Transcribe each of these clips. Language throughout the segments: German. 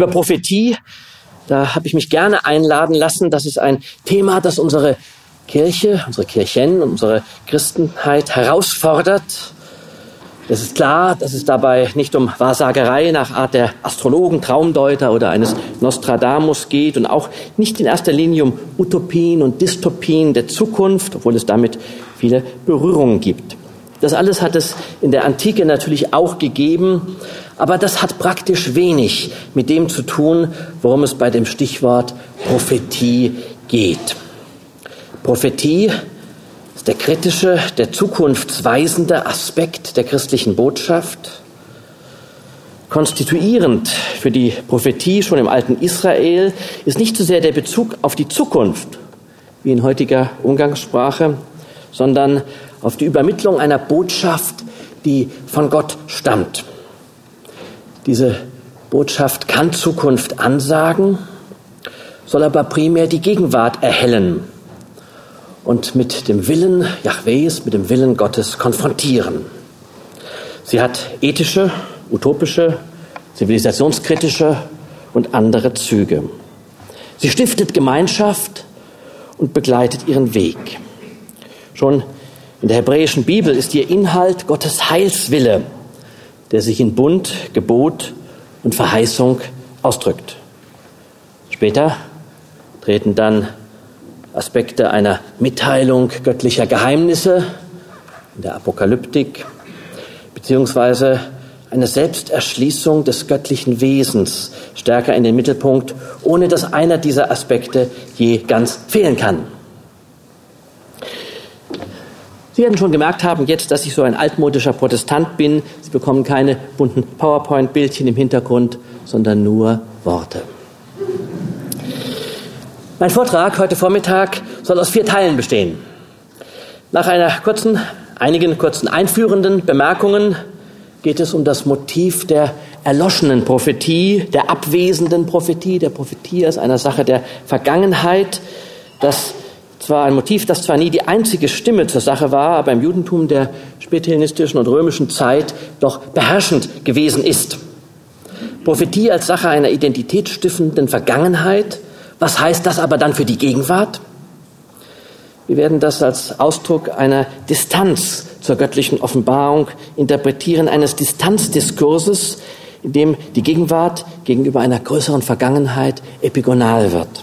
Über Prophetie, da habe ich mich gerne einladen lassen. Das ist ein Thema, das unsere Kirche, unsere Kirchen, unsere Christenheit herausfordert. Es ist klar, dass es dabei nicht um Wahrsagerei nach Art der Astrologen, Traumdeuter oder eines Nostradamus geht und auch nicht in erster Linie um Utopien und Dystopien der Zukunft, obwohl es damit viele Berührungen gibt. Das alles hat es in der Antike natürlich auch gegeben, aber das hat praktisch wenig mit dem zu tun, worum es bei dem Stichwort Prophetie geht. Prophetie ist der kritische, der zukunftsweisende Aspekt der christlichen Botschaft. Konstituierend für die Prophetie schon im alten Israel ist nicht so sehr der Bezug auf die Zukunft, wie in heutiger Umgangssprache, sondern auf die Übermittlung einer Botschaft, die von Gott stammt. Diese Botschaft kann Zukunft ansagen, soll aber primär die Gegenwart erhellen und mit dem Willen Jahwes, mit dem Willen Gottes konfrontieren. Sie hat ethische, utopische, zivilisationskritische und andere Züge. Sie stiftet Gemeinschaft und begleitet ihren Weg. Schon in der hebräischen Bibel ist ihr Inhalt Gottes Heilswille, der sich in Bund, Gebot und Verheißung ausdrückt. Später treten dann Aspekte einer Mitteilung göttlicher Geheimnisse in der Apokalyptik beziehungsweise eine Selbsterschließung des göttlichen Wesens stärker in den Mittelpunkt, ohne dass einer dieser Aspekte je ganz fehlen kann. Sie werden schon gemerkt haben jetzt, dass ich so ein altmodischer Protestant bin. Sie bekommen keine bunten PowerPoint-Bildchen im Hintergrund, sondern nur Worte. Mein Vortrag heute Vormittag soll aus 4 Teilen bestehen. Nach einigen kurzen einführenden Bemerkungen geht es um das Motiv der erloschenen Prophetie, der abwesenden Prophetie, der Prophetie als einer Sache der Vergangenheit. Das zwar ein Motiv, das zwar nie die einzige Stimme zur Sache war, aber im Judentum der späthellenistischen und römischen Zeit doch beherrschend gewesen ist. Prophetie als Sache einer identitätsstiftenden Vergangenheit. Was heißt das aber dann für die Gegenwart? Wir werden das als Ausdruck einer Distanz zur göttlichen Offenbarung interpretieren, eines Distanzdiskurses, in dem die Gegenwart gegenüber einer größeren Vergangenheit epigonal wird.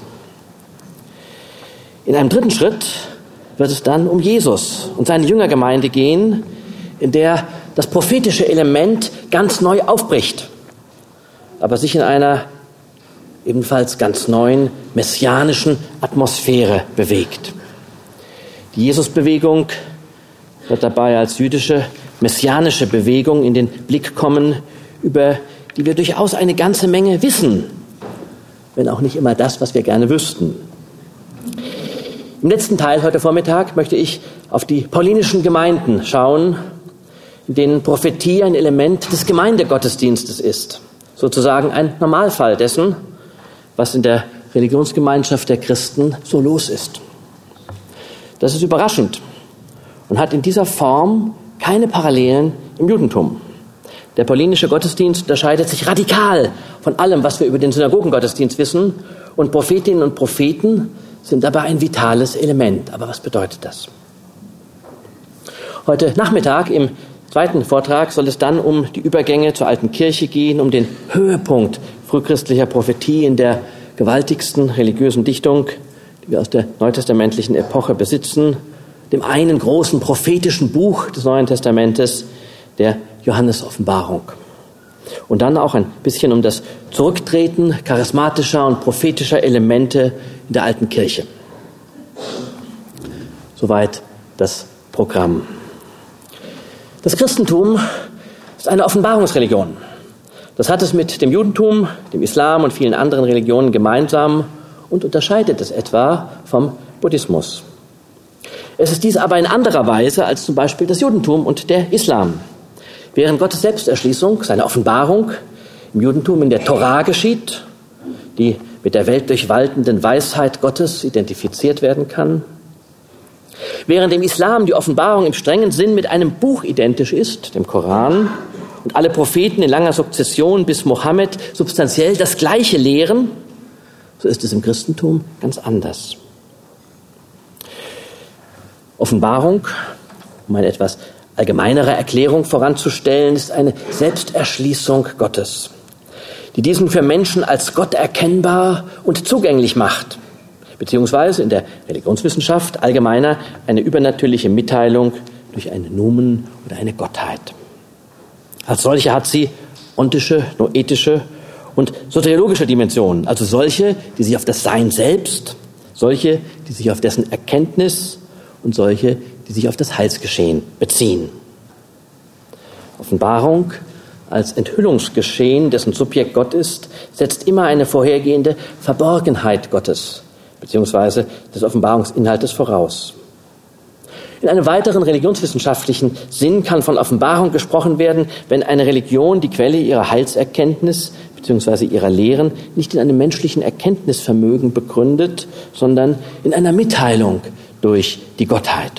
In einem dritten Schritt wird es dann um Jesus und seine Jüngergemeinde gehen, in der das prophetische Element ganz neu aufbricht, aber sich in einer ebenfalls ganz neuen messianischen Atmosphäre bewegt. Die Jesusbewegung wird dabei als jüdische messianische Bewegung in den Blick kommen, über die wir durchaus eine ganze Menge wissen, wenn auch nicht immer das, was wir gerne wüssten. Im letzten Teil heute Vormittag möchte ich auf die paulinischen Gemeinden schauen, in denen Prophetie ein Element des Gemeindegottesdienstes ist, sozusagen ein Normalfall dessen, was in der Religionsgemeinschaft der Christen so los ist. Das ist überraschend und hat in dieser Form keine Parallelen im Judentum. Der paulinische Gottesdienst unterscheidet sich radikal von allem, was wir über den Synagogengottesdienst wissen, und Prophetinnen und Propheten sind dabei ein vitales Element. Aber was bedeutet das? Heute Nachmittag im zweiten Vortrag soll es dann um die Übergänge zur alten Kirche gehen, um den Höhepunkt frühchristlicher Prophetie in der gewaltigsten religiösen Dichtung, die wir aus der neutestamentlichen Epoche besitzen, dem einen großen prophetischen Buch des Neuen Testamentes, der Johannes-Offenbarung. Und dann auch ein bisschen um das Zurücktreten charismatischer und prophetischer Elemente in der alten Kirche. Soweit das Programm. Das Christentum ist eine Offenbarungsreligion. Das hat es mit dem Judentum, dem Islam und vielen anderen Religionen gemeinsam und unterscheidet es etwa vom Buddhismus. Es ist dies aber in anderer Weise als zum Beispiel das Judentum und der Islam. Während Gottes Selbsterschließung, seine Offenbarung im Judentum in der Tora geschieht, die mit der weltdurchwaltenden Weisheit Gottes identifiziert werden kann, während im Islam die Offenbarung im strengen Sinn mit einem Buch identisch ist, dem Koran, und alle Propheten in langer Sukzession bis Mohammed substanziell das Gleiche lehren, so ist es im Christentum ganz anders. Offenbarung, um eine etwas allgemeinere Erklärung voranzustellen, ist eine Selbsterschließung Gottes, die diesen für Menschen als Gott erkennbar und zugänglich macht, beziehungsweise in der Religionswissenschaft allgemeiner eine übernatürliche Mitteilung durch einen Numen oder eine Gottheit. Als solche hat sie ontische, noetische und soteriologische Dimensionen, also solche, die sich auf das Sein selbst, solche, die sich auf dessen Erkenntnis und solche, die sich auf das Heilsgeschehen beziehen. Offenbarung als Enthüllungsgeschehen, dessen Subjekt Gott ist, setzt immer eine vorhergehende Verborgenheit Gottes beziehungsweise des Offenbarungsinhaltes voraus. In einem weiteren religionswissenschaftlichen Sinn kann von Offenbarung gesprochen werden, wenn eine Religion die Quelle ihrer Heilserkenntnis bzw. ihrer Lehren nicht in einem menschlichen Erkenntnisvermögen begründet, sondern in einer Mitteilung durch die Gottheit.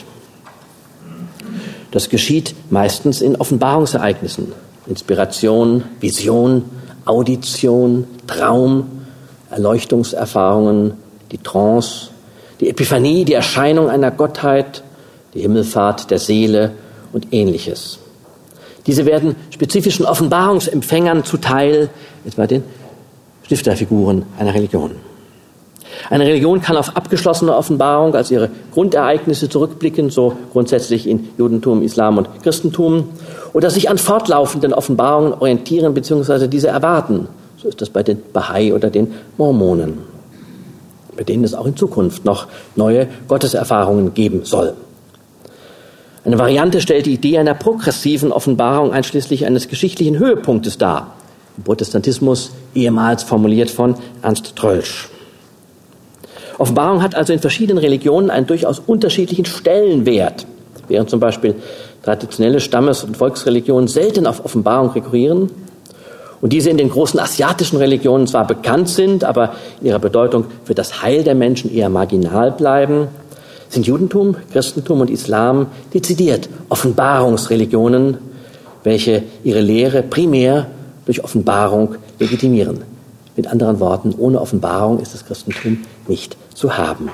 Das geschieht meistens in Offenbarungsereignissen, Inspiration, Vision, Audition, Traum, Erleuchtungserfahrungen, die Trance, die Epiphanie, die Erscheinung einer Gottheit, die Himmelfahrt der Seele und Ähnliches. Diese werden spezifischen Offenbarungsempfängern zuteil, etwa den Stifterfiguren einer Religion. Eine Religion kann auf abgeschlossene Offenbarung als ihre Grundereignisse zurückblicken, so grundsätzlich in Judentum, Islam und Christentum, oder sich an fortlaufenden Offenbarungen orientieren bzw. diese erwarten. So ist das bei den Bahai oder den Mormonen, bei denen es auch in Zukunft noch neue Gotteserfahrungen geben soll. Eine Variante stellt die Idee einer progressiven Offenbarung einschließlich eines geschichtlichen Höhepunktes dar. Im Protestantismus ehemals formuliert von Ernst Troeltsch. Offenbarung hat also in verschiedenen Religionen einen durchaus unterschiedlichen Stellenwert. Während zum Beispiel traditionelle Stammes- und Volksreligionen selten auf Offenbarung rekurrieren und diese in den großen asiatischen Religionen zwar bekannt sind, aber in ihrer Bedeutung für das Heil der Menschen eher marginal bleiben, sind Judentum, Christentum und Islam dezidiert Offenbarungsreligionen, welche ihre Lehre primär durch Offenbarung legitimieren. Mit anderen Worten, ohne Offenbarung ist das Christentum nicht zu haben.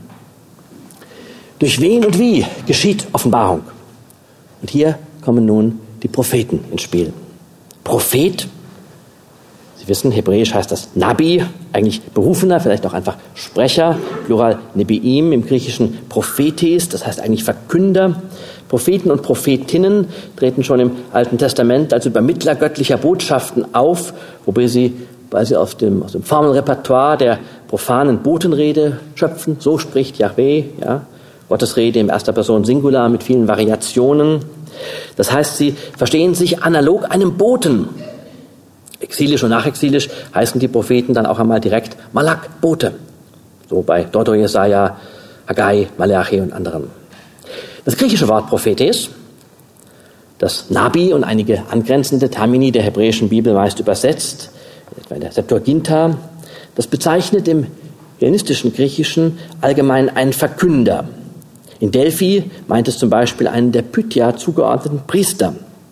Durch wen und wie geschieht Offenbarung? Und hier kommen nun die Propheten ins Spiel. Prophet, Sie wissen, hebräisch heißt das Nabi, eigentlich Berufener, vielleicht auch einfach Sprecher, Plural Nebiim, im Griechischen Prophetes, das heißt eigentlich Verkünder. Propheten und Prophetinnen treten schon im Alten Testament als Übermittler göttlicher Botschaften auf, weil sie aus dem Formelrepertoire der profanen Botenrede schöpfen. So spricht Jahweh, ja, Gottes Rede im erster Person Singular mit vielen Variationen. Das heißt, sie verstehen sich analog einem Boten. Exilisch und nachexilisch heißen die Propheten dann auch einmal direkt Malak, Bote. So bei Dodo, Jesaja, Haggai, Malachi und anderen. Das griechische Wort Prophetes, das Nabi und einige angrenzende Termini der hebräischen Bibel meist übersetzt, etwa in der Septuaginta, das bezeichnet im hellenistischen Griechischen allgemein einen Verkünder. In Delphi meint es zum Beispiel einen der Pythia zugeordneten Priester.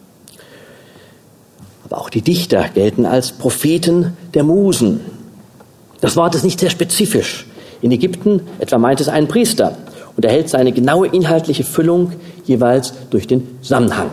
Aber auch die Dichter gelten als Propheten der Musen. Das Wort ist nicht sehr spezifisch. In Ägypten etwa meint es einen Priester und erhält seine genaue inhaltliche Füllung jeweils durch den Zusammenhang.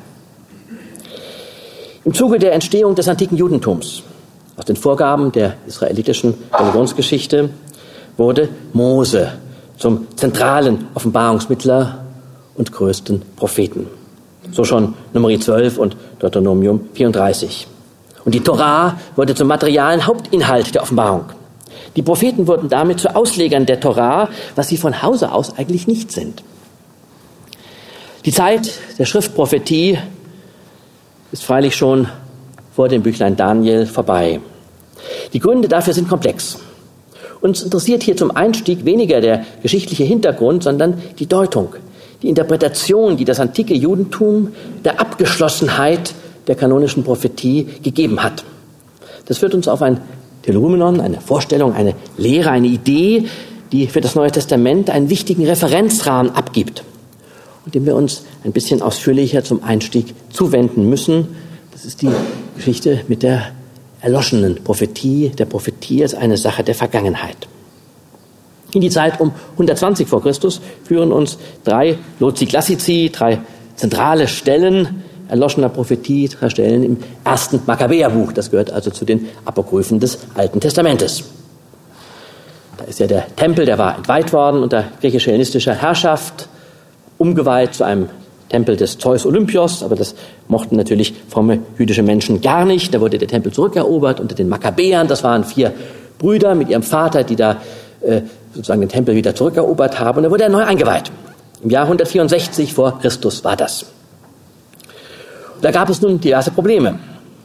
Im Zuge der Entstehung des antiken Judentums, aus den Vorgaben der israelitischen Religionsgeschichte, wurde Mose zum zentralen Offenbarungsmittler und größten Propheten. So schon Numeri 12 und Deuteronomium 34. Und die Torah wurde zum materialen Hauptinhalt der Offenbarung. Die Propheten wurden damit zu Auslegern der Torah, was sie von Hause aus eigentlich nicht sind. Die Zeit der Schriftprophetie ist freilich schon vor dem Büchlein Daniel vorbei. Die Gründe dafür sind komplex. Uns interessiert hier zum Einstieg weniger der geschichtliche Hintergrund, sondern die Deutung, die Interpretation, die das antike Judentum der Abgeschlossenheit der kanonischen Prophetie gegeben hat. Das führt uns auf ein Telerumenon, eine Vorstellung, eine Lehre, eine Idee, die für das Neue Testament einen wichtigen Referenzrahmen abgibt und dem wir uns ein bisschen ausführlicher zum Einstieg zuwenden müssen. Das Das ist die Geschichte mit der erloschenen Prophetie, der Prophetie als eine Sache der Vergangenheit. In die Zeit um 120 vor Christus führen uns 3 Loci Classici, 3 zentrale Stellen erloschener Prophetie, 3 Stellen im 1. Makkabäerbuch. Das gehört also zu den Apokryphen des Alten Testamentes. Da ist ja der Tempel, der war entweiht worden unter griechisch-hellenistischer Herrschaft, umgeweiht zu einem Tempel des Zeus Olympios, aber das mochten natürlich fromme jüdische Menschen gar nicht. Da wurde der Tempel zurückerobert unter den Makkabäern. Das waren 4 Brüder mit ihrem Vater, die da sozusagen den Tempel wieder zurückerobert haben. Und da wurde er neu eingeweiht. Im Jahr 164 vor Christus war das. Und da gab es nun diverse Probleme.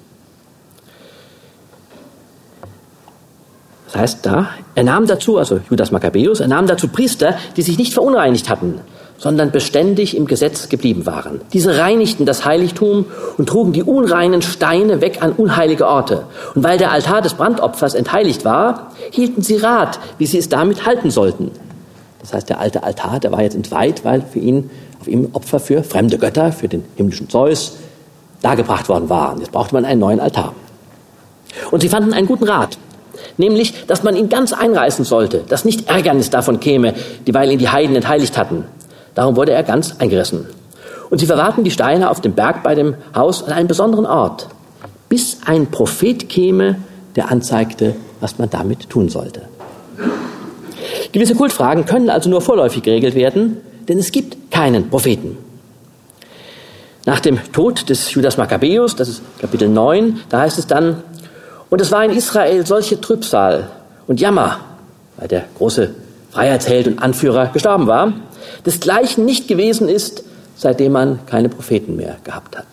Das heißt, er nahm dazu, also Judas Makkabäus, er nahm dazu Priester, die sich nicht verunreinigt hatten, sondern beständig im Gesetz geblieben waren. Diese reinigten das Heiligtum und trugen die unreinen Steine weg an unheilige Orte. Und weil der Altar des Brandopfers entheiligt war, hielten sie Rat, wie sie es damit halten sollten. Das heißt, der alte Altar, der war jetzt entweiht, weil auf ihm Opfer für fremde Götter, für den himmlischen Zeus, dargebracht worden waren. Jetzt brauchte man einen neuen Altar. Und sie fanden einen guten Rat. Nämlich, dass man ihn ganz einreißen sollte, dass nicht Ärgernis davon käme, dieweil ihn die Heiden entheiligt hatten. Darum wurde er ganz eingerissen. Und sie verwahrten die Steine auf dem Berg bei dem Haus an einem besonderen Ort, bis ein Prophet käme, der anzeigte, was man damit tun sollte. Gewisse Kultfragen können also nur vorläufig geregelt werden, denn es gibt keinen Propheten. Nach dem Tod des Judas Makkabäus, das ist Kapitel 9, da heißt es dann: Und es war in Israel solche Trübsal und Jammer, weil der große Freiheitsheld und Anführer gestorben war, desgleichen nicht gewesen ist, seitdem man keine Propheten mehr gehabt hat.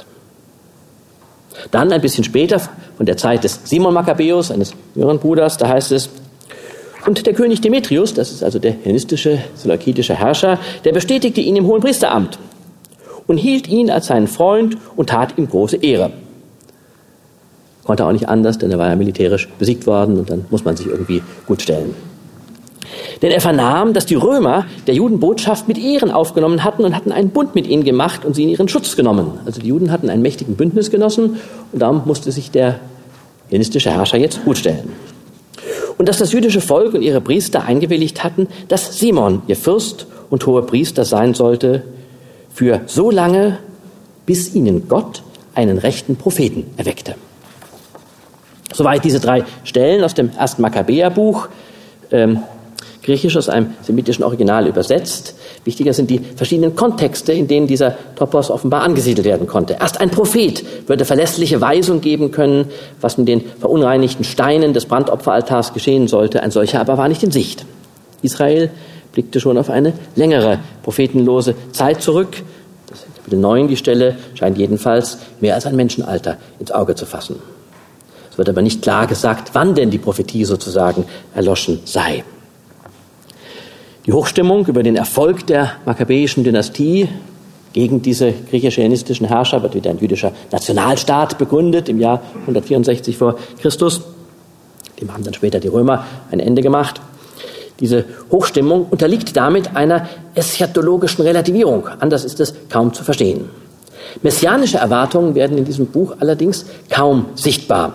Dann ein bisschen später, von der Zeit des Simon Makkabäus, eines jüngeren Bruders, da heißt es: Und der König Demetrius, das ist also der hellenistische, seleukitische Herrscher, der bestätigte ihn im Hohenpriesteramt und hielt ihn als seinen Freund und tat ihm große Ehre. Konnte auch nicht anders, denn er war ja militärisch besiegt worden und dann muss man sich irgendwie gut stellen. Denn er vernahm, dass die Römer der Judenbotschaft mit Ehren aufgenommen hatten und hatten einen Bund mit ihnen gemacht und sie in ihren Schutz genommen. Also die Juden hatten einen mächtigen Bündnisgenossen und darum musste sich der hellenistische Herrscher jetzt gut stellen. Und dass das jüdische Volk und ihre Priester eingewilligt hatten, dass Simon ihr Fürst und hoher Priester sein sollte, für so lange, bis ihnen Gott einen rechten Propheten erweckte. Soweit diese 3 Stellen aus dem 1. Makkabäerbuch, griechisch aus einem semitischen Original übersetzt. Wichtiger sind die verschiedenen Kontexte, in denen dieser Topos offenbar angesiedelt werden konnte. Erst ein Prophet würde verlässliche Weisung geben können, was mit den verunreinigten Steinen des Brandopferaltars geschehen sollte. Ein solcher aber war nicht in Sicht. Israel blickte schon auf eine längere prophetenlose Zeit zurück. Das ist Kapitel 9, die Stelle scheint jedenfalls mehr als ein Menschenalter ins Auge zu fassen. Es wird aber nicht klar gesagt, wann denn die Prophetie sozusagen erloschen sei. Die Hochstimmung über den Erfolg der makkabäischen Dynastie gegen diese griechisch-hellenistischen Herrscher wird wieder ein jüdischer Nationalstaat begründet im Jahr 164 vor Christus. Dem haben dann später die Römer ein Ende gemacht. Diese Hochstimmung unterliegt damit einer eschatologischen Relativierung. Anders ist es kaum zu verstehen. Messianische Erwartungen werden in diesem Buch allerdings kaum sichtbar.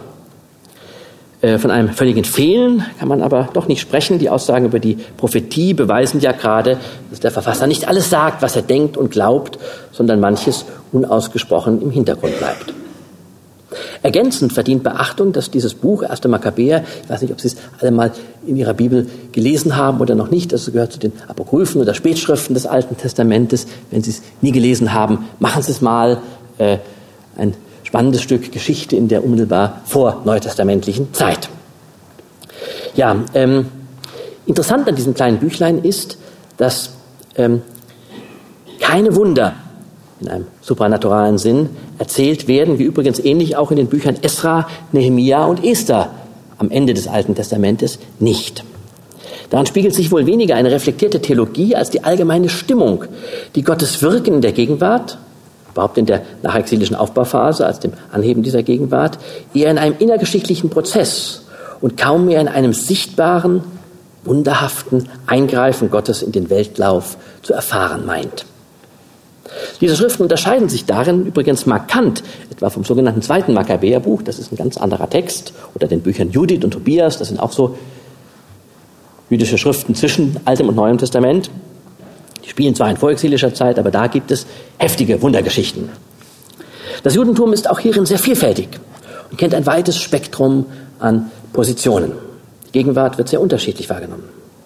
Von einem völligen Fehlen kann man aber doch nicht sprechen. Die Aussagen über die Prophetie beweisen ja gerade, dass der Verfasser nicht alles sagt, was er denkt und glaubt, sondern manches unausgesprochen im Hintergrund bleibt. Ergänzend verdient Beachtung, dass dieses Buch, 1. Makkabäer, ich weiß nicht, ob Sie es alle mal in Ihrer Bibel gelesen haben oder noch nicht, das gehört zu den Apokryphen oder Spätschriften des Alten Testamentes. Wenn Sie es nie gelesen haben, machen Sie es mal. Ein spannendes Stück Geschichte in der unmittelbar vor neutestamentlichen Zeit. Ja, interessant an diesem kleinen Büchlein ist, dass keine Wunder in einem supranaturalen Sinn erzählt werden, wie übrigens ähnlich auch in den Büchern Esra, Nehemia und Esther am Ende des Alten Testamentes nicht. Daran spiegelt sich wohl weniger eine reflektierte Theologie als die allgemeine Stimmung, die Gottes Wirken in der Gegenwart, überhaupt in der nachexilischen Aufbauphase als dem Anheben dieser Gegenwart, eher in einem innergeschichtlichen Prozess und kaum mehr in einem sichtbaren, wunderhaften Eingreifen Gottes in den Weltlauf zu erfahren meint. Diese Schriften unterscheiden sich darin übrigens markant, etwa vom sogenannten zweiten Makkabäerbuch, das ist ein ganz anderer Text, oder den Büchern Judith und Tobias, das sind auch so jüdische Schriften zwischen Altem und Neuem Testament. Die spielen zwar in vorexilischer Zeit, aber da gibt es heftige Wundergeschichten. Das Judentum ist auch hierin sehr vielfältig und kennt ein weites Spektrum an Positionen. Die Gegenwart wird sehr unterschiedlich wahrgenommen.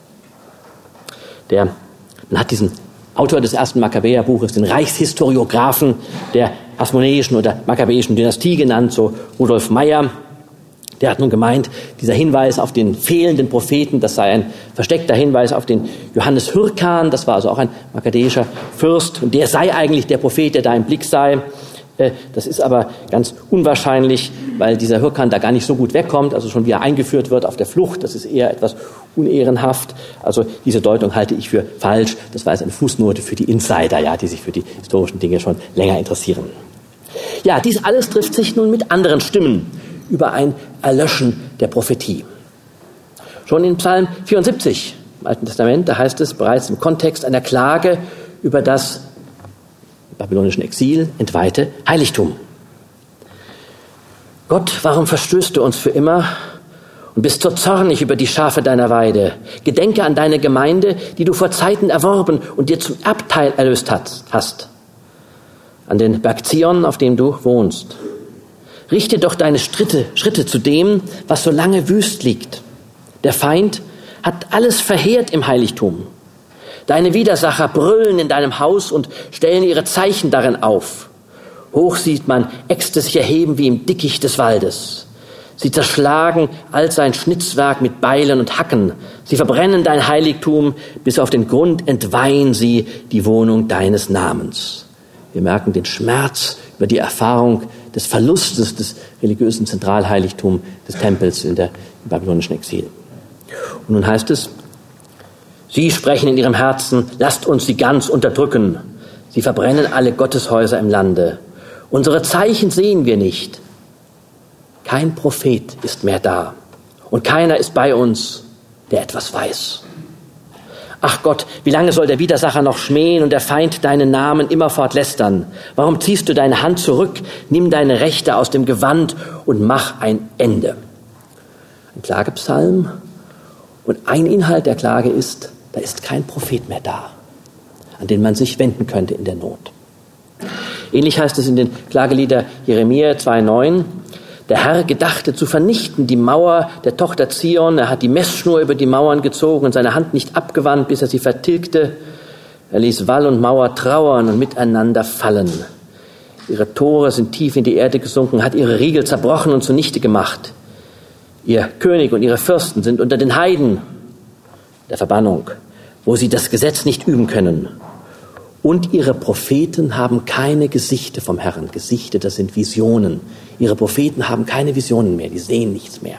Man hat diesen Autor des ersten Makkabäerbuches, den Reichshistoriographen der hasmonäischen oder makkabäischen Dynastie genannt, so Rudolf Meyer. Der hat nun gemeint, dieser Hinweis auf den fehlenden Propheten, das sei ein versteckter Hinweis auf den Johannes Hyrkan, das war also auch ein makkabäischer Fürst, und der sei eigentlich der Prophet, der da im Blick sei. Das ist aber ganz unwahrscheinlich, weil dieser Hyrkan da gar nicht so gut wegkommt, also schon wie er eingeführt wird auf der Flucht, das ist eher etwas unehrenhaft. Also diese Deutung halte ich für falsch. Das war jetzt eine Fußnote für die Insider, ja, die sich für die historischen Dinge schon länger interessieren. Ja, dies alles trifft sich nun mit anderen Stimmen über ein Erlöschen der Prophetie. Schon in Psalm 74 im Alten Testament, da heißt es bereits im Kontext einer Klage über das babylonischen Exil entweihte Heiligtum. Gott, warum verstößt du uns für immer und bist so zornig über die Schafe deiner Weide? Gedenke an deine Gemeinde, die du vor Zeiten erworben und dir zum Erbteil erlöst hast. An den Berg Zion, auf dem du wohnst. Richte doch deine Schritte zu dem, was so lange wüst liegt. Der Feind hat alles verheert im Heiligtum. Deine Widersacher brüllen in deinem Haus und stellen ihre Zeichen darin auf. Hoch sieht man Äxte sich erheben wie im Dickicht des Waldes. Sie zerschlagen all sein Schnitzwerk mit Beilen und Hacken. Sie verbrennen dein Heiligtum, bis auf den Grund entweihen sie die Wohnung deines Namens. Wir merken den Schmerz über die Erfahrung des Verlustes des religiösen Zentralheiligtums des Tempels im babylonischen Exil. Und nun heißt es, sie sprechen in ihrem Herzen, lasst uns sie ganz unterdrücken. Sie verbrennen alle Gotteshäuser im Lande. Unsere Zeichen sehen wir nicht. Kein Prophet ist mehr da und keiner ist bei uns, der etwas weiß. Ach Gott, wie lange soll der Widersacher noch schmähen und der Feind deinen Namen immerfort lästern? Warum ziehst du deine Hand zurück, nimm deine Rechte aus dem Gewand und mach ein Ende? Ein Klagepsalm, und ein Inhalt der Klage ist, da ist kein Prophet mehr da, an den man sich wenden könnte in der Not. Ähnlich heißt es in den Klagelieder Jeremia 2,9, der Herr gedachte zu vernichten die Mauer der Tochter Zion. Er hat die Messschnur über die Mauern gezogen und seine Hand nicht abgewandt, bis er sie vertilgte. Er ließ Wall und Mauer trauern und miteinander fallen. Ihre Tore sind tief in die Erde gesunken, hat ihre Riegel zerbrochen und zunichte gemacht. Ihr König und ihre Fürsten sind unter den Heiden der Verbannung, wo sie das Gesetz nicht üben können. Und ihre Propheten haben keine Gesichte vom Herrn. Gesichte, das sind Visionen. Ihre Propheten haben keine Visionen mehr, die sehen nichts mehr.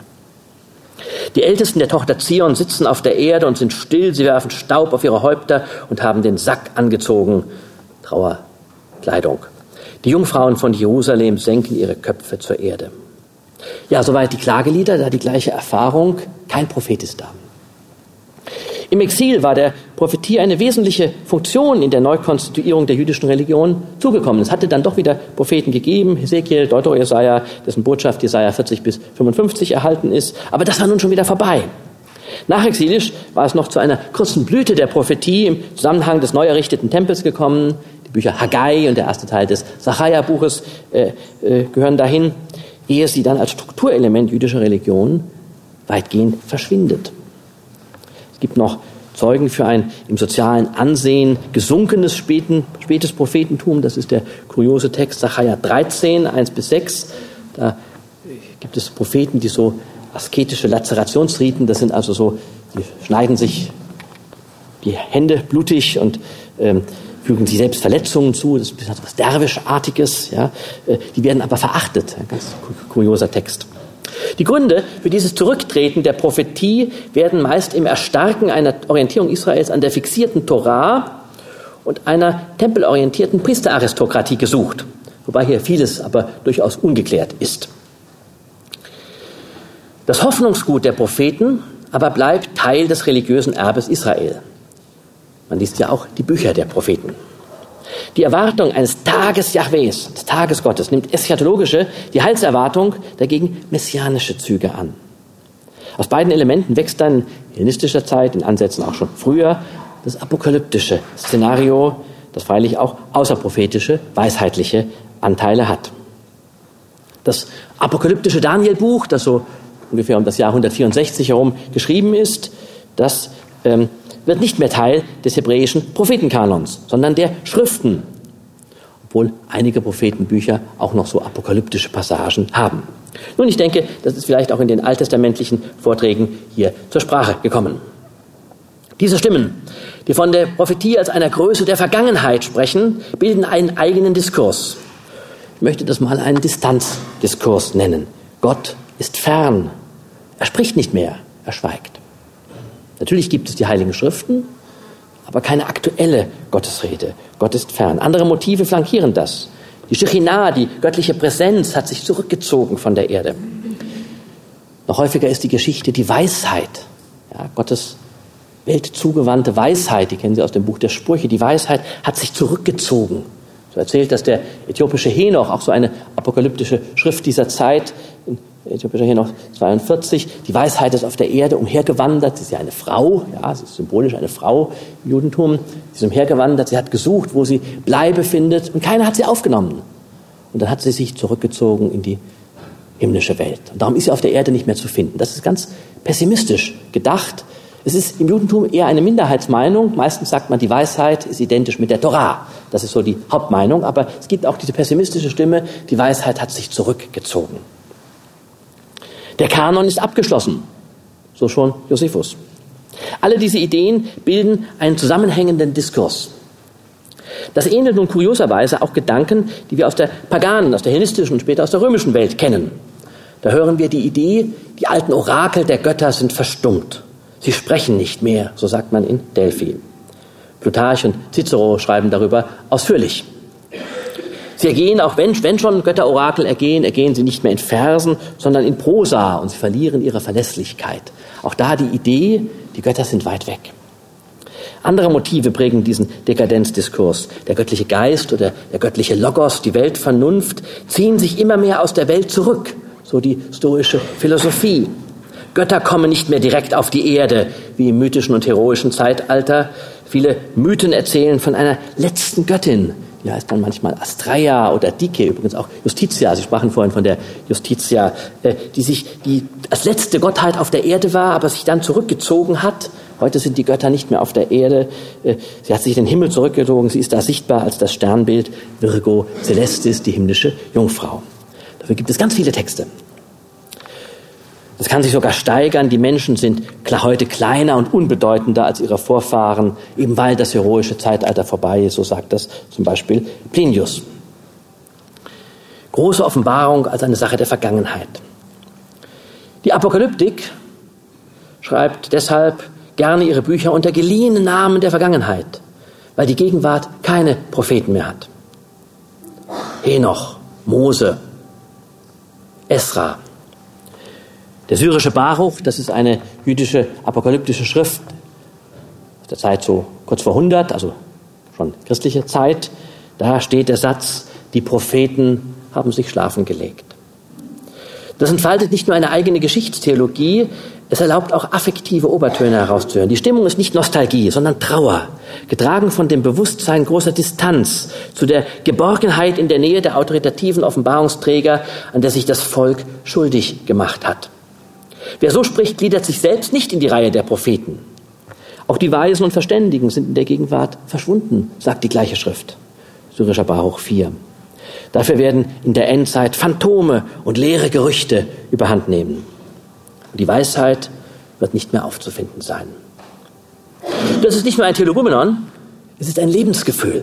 Die Ältesten der Tochter Zion sitzen auf der Erde und sind still. Sie werfen Staub auf ihre Häupter und haben den Sack angezogen, Trauerkleidung. Die Jungfrauen von Jerusalem senken ihre Köpfe zur Erde. Ja, soweit die Klagelieder, da die gleiche Erfahrung. Kein Prophet ist da. Im Exil war der Prophetie eine wesentliche Funktion in der Neukonstituierung der jüdischen Religion zugekommen. Es hatte dann doch wieder Propheten gegeben, Hesekiel, Deutero-Jesaja, dessen Botschaft Jesaja 40 bis 55 erhalten ist. Aber das war nun schon wieder vorbei. Nachexilisch war es noch zu einer kurzen Blüte der Prophetie im Zusammenhang des neu errichteten Tempels gekommen. Die Bücher Haggai und der erste Teil des Sacharja-Buches gehören dahin, ehe sie dann als Strukturelement jüdischer Religion weitgehend verschwindet. Es gibt noch Zeugen für ein im sozialen Ansehen gesunkenes spätes Prophetentum. Das ist der kuriose Text Sacharja 13, 1-6. Da gibt es Propheten, die so asketische Lazerationsriten, das sind also so, die schneiden sich die Hände blutig und fügen sich selbst Verletzungen zu. Das ist etwas Derwischartiges. Ja. Die werden aber verachtet. Ein ganz kurioser Text. Die Gründe für dieses Zurücktreten der Prophetie werden meist im Erstarken einer Orientierung Israels an der fixierten Torah und einer tempelorientierten Priesteraristokratie gesucht, wobei hier vieles aber durchaus ungeklärt ist. Das Hoffnungsgut der Propheten aber bleibt Teil des religiösen Erbes Israel. Man liest ja auch die Bücher der Propheten. Die Erwartung eines Tages Jahwes, des Tages Gottes, nimmt eschatologische, die Heilserwartung, dagegen messianische Züge an. Aus beiden Elementen wächst dann in hellenistischer Zeit, in Ansätzen auch schon früher, das apokalyptische Szenario, das freilich auch außerprophetische, weisheitliche Anteile hat. Das apokalyptische Daniel-Buch, das so ungefähr um das Jahr 164 herum geschrieben ist, das wird nicht mehr Teil des hebräischen Prophetenkanons, sondern der Schriften, obwohl einige Prophetenbücher auch noch so apokalyptische Passagen haben. Nun, ich denke, das ist vielleicht auch in den alttestamentlichen Vorträgen hier zur Sprache gekommen. Diese Stimmen, die von der Prophetie als einer Größe der Vergangenheit sprechen, bilden einen eigenen Diskurs. Ich möchte das mal einen Distanzdiskurs nennen. Gott ist fern. Er spricht nicht mehr, er schweigt. Natürlich gibt es die Heiligen Schriften, aber keine aktuelle Gottesrede. Gott ist fern. Andere Motive flankieren das. Die Shechinah, die göttliche Präsenz, hat sich zurückgezogen von der Erde. Noch häufiger ist die Geschichte die Weisheit. Ja, Gottes weltzugewandte Weisheit, die kennen Sie aus dem Buch der Sprüche. Die Weisheit hat sich zurückgezogen. So erzählt das der äthiopische Henoch, auch so eine apokalyptische Schrift dieser Zeit, äthiopischer Henoch 42. Die Weisheit ist auf der Erde umhergewandert. Sie ist ja eine Frau, ja, sie ist symbolisch eine Frau im Judentum. Sie ist umhergewandert, sie hat gesucht, wo sie Bleibe findet, und keiner hat sie aufgenommen. Und dann hat sie sich zurückgezogen in die himmlische Welt. Und darum ist sie auf der Erde nicht mehr zu finden. Das ist ganz pessimistisch gedacht. Es ist im Judentum eher eine Minderheitsmeinung. Meistens sagt man, die Weisheit ist identisch mit der Torah. Das ist so die Hauptmeinung. Aber es gibt auch diese pessimistische Stimme, die Weisheit hat sich zurückgezogen. Der Kanon ist abgeschlossen, so schon Josephus. Alle diese Ideen bilden einen zusammenhängenden Diskurs. Das ähnelt nun kurioserweise auch Gedanken, die wir aus der paganen, aus der hellenistischen und später aus der römischen Welt kennen. Da hören wir die Idee, die alten Orakel der Götter sind verstummt. Sie sprechen nicht mehr, so sagt man in Delphi. Plutarch und Cicero schreiben darüber ausführlich. Sie ergehen, auch wenn schon Götterorakel ergehen sie nicht mehr in Versen, sondern in Prosa, und sie verlieren ihre Verlässlichkeit. Auch da die Idee, die Götter sind weit weg. Andere Motive prägen diesen Dekadenzdiskurs. Der göttliche Geist oder der göttliche Logos, die Weltvernunft, ziehen sich immer mehr aus der Welt zurück, so die stoische Philosophie. Götter kommen nicht mehr direkt auf die Erde, wie im mythischen und heroischen Zeitalter. Viele Mythen erzählen von einer letzten Göttin. Die heißt dann manchmal Astraea oder Dike, übrigens auch Justitia. Sie sprachen vorhin von der Justitia, die als letzte Gottheit auf der Erde war, aber sich dann zurückgezogen hat. Heute sind die Götter nicht mehr auf der Erde. Sie hat sich in den Himmel zurückgezogen. Sie ist da sichtbar als das Sternbild Virgo Celestis, die himmlische Jungfrau. Dafür gibt es ganz viele Texte. Das kann sich sogar steigern. Die Menschen sind heute kleiner und unbedeutender als ihre Vorfahren, eben weil das heroische Zeitalter vorbei ist, so sagt das zum Beispiel Plinius. Große Offenbarung als eine Sache der Vergangenheit. Die Apokalyptik schreibt deshalb gerne ihre Bücher unter geliehenen Namen der Vergangenheit, weil die Gegenwart keine Propheten mehr hat. Henoch, Mose, Esra. Der syrische Baruch, das ist eine jüdische apokalyptische Schrift aus der Zeit so kurz vor 100, also schon christliche Zeit. Da steht der Satz, die Propheten haben sich schlafen gelegt. Das entfaltet nicht nur eine eigene Geschichtstheologie, es erlaubt auch affektive Obertöne herauszuhören. Die Stimmung ist nicht Nostalgie, sondern Trauer, getragen von dem Bewusstsein großer Distanz zu der Geborgenheit in der Nähe der autoritativen Offenbarungsträger, an der sich das Volk schuldig gemacht hat. Wer so spricht, gliedert sich selbst nicht in die Reihe der Propheten. Auch die Weisen und Verständigen sind in der Gegenwart verschwunden, sagt die gleiche Schrift. Syrischer Baruch 4. Dafür werden in der Endzeit Phantome und leere Gerüchte überhand nehmen. Und die Weisheit wird nicht mehr aufzufinden sein. Das ist nicht nur ein Telegumenon, es ist ein Lebensgefühl.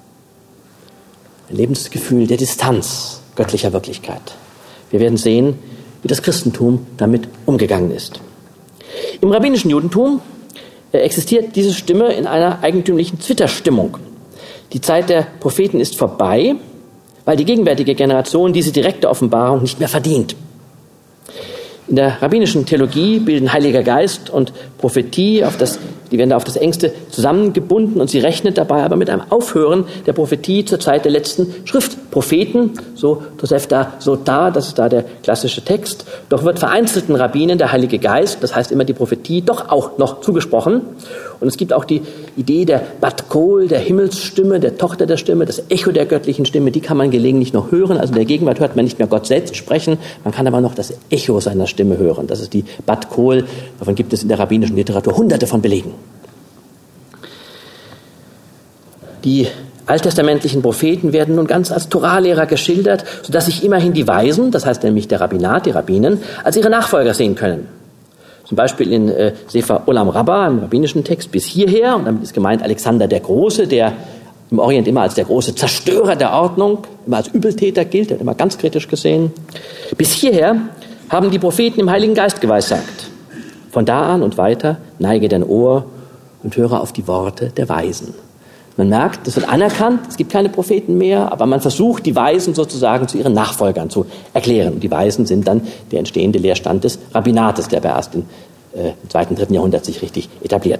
Ein Lebensgefühl der Distanz göttlicher Wirklichkeit. Wir werden sehen, wie das Christentum damit umgegangen ist. Im rabbinischen Judentum existiert diese Stimme in einer eigentümlichen Zwitterstimmung. Die Zeit der Propheten ist vorbei, weil die gegenwärtige Generation diese direkte Offenbarung nicht mehr verdient. In der rabbinischen Theologie bilden Heiliger Geist und Prophetie auf das Die werden da auf das Engste zusammengebunden und sie rechnet dabei aber mit einem Aufhören der Prophetie zur Zeit der letzten Schriftpropheten, so Tosefta Sotar, das ist da der klassische Text. Doch wird vereinzelten Rabbinen der Heilige Geist, das heißt immer die Prophetie, doch auch noch zugesprochen. Und es gibt auch die Idee der Bat Kol, der Himmelsstimme, der Tochter der Stimme, das Echo der göttlichen Stimme, die kann man gelegentlich noch hören. Also in der Gegenwart hört man nicht mehr Gott selbst sprechen, man kann aber noch das Echo seiner Stimme hören. Das ist die Bat Kol, davon gibt es in der rabbinischen Literatur hunderte von Belegen. Die alttestamentlichen Propheten werden nun ganz als Toralehrer geschildert, sodass sich immerhin die Weisen, das heißt nämlich der Rabbinat, die Rabbinen, als ihre Nachfolger sehen können. Zum Beispiel in Sefer Olam Rabbah, im rabbinischen Text, bis hierher, und damit ist gemeint Alexander der Große, der im Orient immer als der große Zerstörer der Ordnung, immer als Übeltäter gilt, der wird immer ganz kritisch gesehen. Bis hierher haben die Propheten im Heiligen Geist geweissagt. Von da an und weiter neige dein Ohr und höre auf die Worte der Weisen. Man merkt, es wird anerkannt, es gibt keine Propheten mehr, aber man versucht, die Weisen sozusagen zu ihren Nachfolgern zu erklären. Und die Weisen sind dann der entstehende Lehrstand des Rabbinates, der aber erst im 2. und 3. Jahrhundert sich richtig etabliert.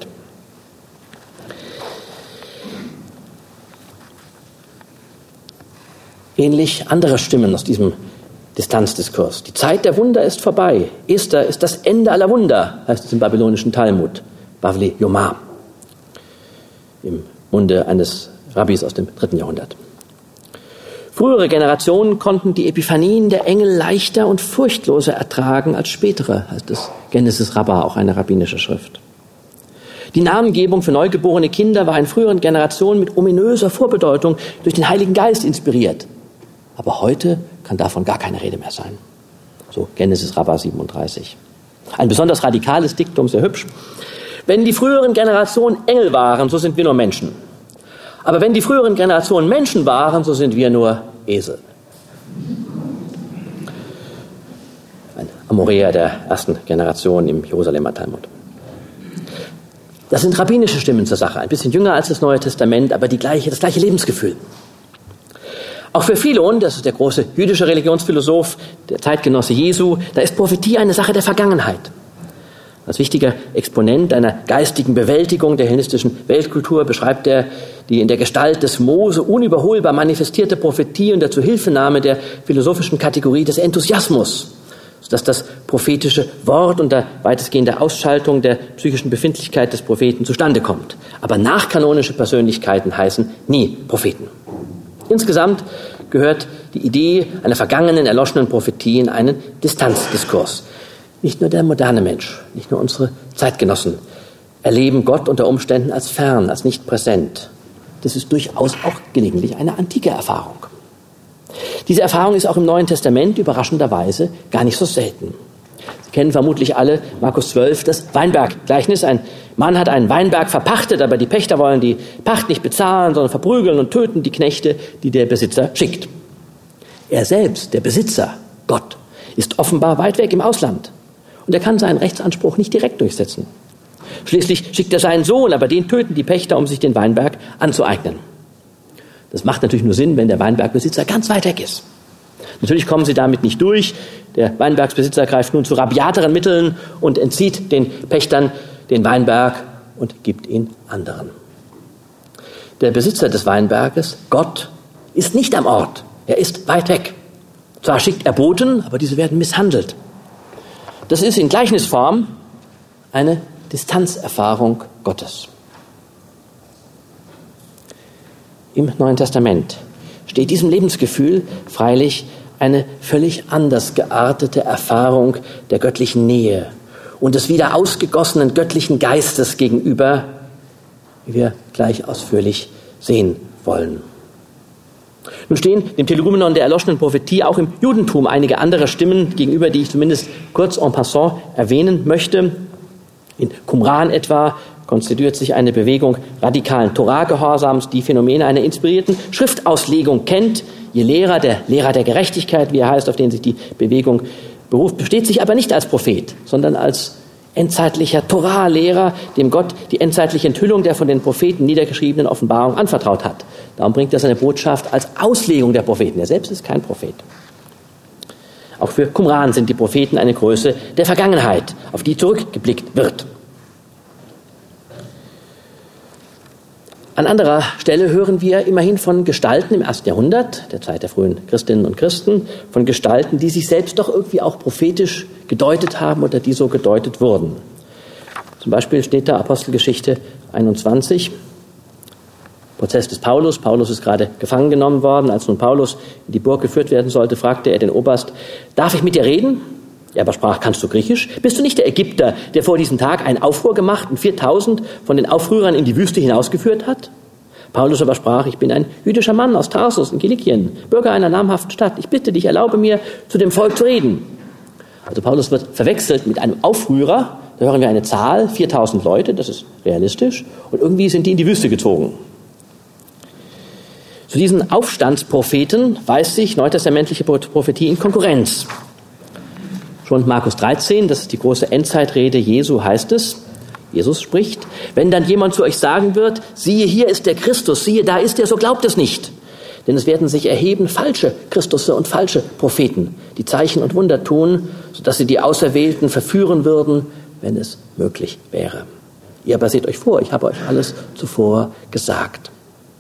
Ähnlich andere Stimmen aus diesem Distanzdiskurs. Die Zeit der Wunder ist vorbei. Esther ist das Ende aller Wunder, heißt es im babylonischen Talmud, Bavli Yomar, im Munde eines Rabbis aus dem 3. Jahrhundert. Frühere Generationen konnten die Epiphanien der Engel leichter und furchtloser ertragen als spätere, heißt es Genesis Rabbah, auch eine rabbinische Schrift. Die Namengebung für neugeborene Kinder war in früheren Generationen mit ominöser Vorbedeutung durch den Heiligen Geist inspiriert. Aber heute kann davon gar keine Rede mehr sein. So Genesis Rabbah 37. Ein besonders radikales Diktum, sehr hübsch. Wenn die früheren Generationen Engel waren, so sind wir nur Menschen. Aber wenn die früheren Generationen Menschen waren, so sind wir nur Esel. Ein Amoräer der ersten Generation im Jerusalemer Talmud. Das sind rabbinische Stimmen zur Sache, ein bisschen jünger als das Neue Testament, aber das gleiche Lebensgefühl. Auch für Philon, das ist der große jüdische Religionsphilosoph, der Zeitgenosse Jesu, da ist Prophetie eine Sache der Vergangenheit. Als wichtiger Exponent einer geistigen Bewältigung der hellenistischen Weltkultur beschreibt er die in der Gestalt des Mose unüberholbar manifestierte Prophetie und der Zuhilfenahme der philosophischen Kategorie des Enthusiasmus, sodass das prophetische Wort unter weitestgehender Ausschaltung der psychischen Befindlichkeit des Propheten zustande kommt. Aber nachkanonische Persönlichkeiten heißen nie Propheten. Insgesamt gehört die Idee einer vergangenen, erloschenen Prophetie in einen Distanzdiskurs. Nicht nur der moderne Mensch, nicht nur unsere Zeitgenossen erleben Gott unter Umständen als fern, als nicht präsent. Das ist durchaus auch gelegentlich eine antike Erfahrung. Diese Erfahrung ist auch im Neuen Testament überraschenderweise gar nicht so selten. Sie kennen vermutlich alle Markus 12, das Weinberggleichnis. Ein Mann hat einen Weinberg verpachtet, aber die Pächter wollen die Pacht nicht bezahlen, sondern verprügeln und töten die Knechte, die der Besitzer schickt. Er selbst, der Besitzer, Gott, ist offenbar weit weg im Ausland. Und er kann seinen Rechtsanspruch nicht direkt durchsetzen. Schließlich schickt er seinen Sohn, aber den töten die Pächter, um sich den Weinberg anzueignen. Das macht natürlich nur Sinn, wenn der Weinbergbesitzer ganz weit weg ist. Natürlich kommen sie damit nicht durch. Der Weinbergsbesitzer greift nun zu rabiateren Mitteln und entzieht den Pächtern den Weinberg und gibt ihn anderen. Der Besitzer des Weinberges, Gott, ist nicht am Ort. Er ist weit weg. Zwar schickt er Boten, aber diese werden misshandelt. Das ist in Gleichnisform eine Distanzerfahrung Gottes. Im Neuen Testament steht diesem Lebensgefühl freilich eine völlig anders geartete Erfahrung der göttlichen Nähe und des wieder ausgegossenen göttlichen Geistes gegenüber, wie wir gleich ausführlich sehen wollen. Nun stehen dem Telegumenon der erloschenen Prophetie auch im Judentum einige andere Stimmen gegenüber, die ich zumindest kurz en passant erwähnen möchte. In Qumran etwa konstituiert sich eine Bewegung radikalen Torah-Gehorsams, die Phänomene einer inspirierten Schriftauslegung kennt. Je Lehrer der Gerechtigkeit, wie er heißt, auf den sich die Bewegung beruft, besteht sich aber nicht als Prophet, sondern als endzeitlicher Torah-Lehrer, dem Gott die endzeitliche Enthüllung der von den Propheten niedergeschriebenen Offenbarung anvertraut hat. Darum bringt er seine Botschaft als Auslegung der Propheten. Er selbst ist kein Prophet. Auch für Qumran sind die Propheten eine Größe der Vergangenheit, auf die zurückgeblickt wird. An anderer Stelle hören wir immerhin von Gestalten im 1. Jahrhundert, der Zeit der frühen Christinnen und Christen, von Gestalten, die sich selbst doch irgendwie auch prophetisch gedeutet haben oder die so gedeutet wurden. Zum Beispiel steht da Apostelgeschichte 21, Prozess des Paulus. Paulus ist gerade gefangen genommen worden. Als nun Paulus in die Burg geführt werden sollte, fragte er den Oberst: Darf ich mit dir reden? Er aber sprach: Kannst du Griechisch? Bist du nicht der Ägypter, der vor diesem Tag einen Aufruhr gemacht und 4000 von den Aufrührern in die Wüste hinausgeführt hat? Paulus aber sprach: Ich bin ein jüdischer Mann aus Tarsus in Kilikien, Bürger einer namhaften Stadt. Ich bitte dich, erlaube mir, zu dem Volk zu reden. Also Paulus wird verwechselt mit einem Aufrührer. Da hören wir eine Zahl, 4000 Leute, das ist realistisch. Und irgendwie sind die in die Wüste gezogen. Zu diesen Aufstandspropheten weist sich neutestamentliche Prophetie in Konkurrenz. Schon Markus 13, das ist die große Endzeitrede Jesu, heißt es, Jesus spricht: Wenn dann jemand zu euch sagen wird, siehe, hier ist der Christus, siehe, da ist er, so glaubt es nicht. Denn es werden sich erheben falsche Christusse und falsche Propheten, die Zeichen und Wunder tun, sodass sie die Auserwählten verführen würden, wenn es möglich wäre. Ihr aber seht euch vor, ich habe euch alles zuvor gesagt.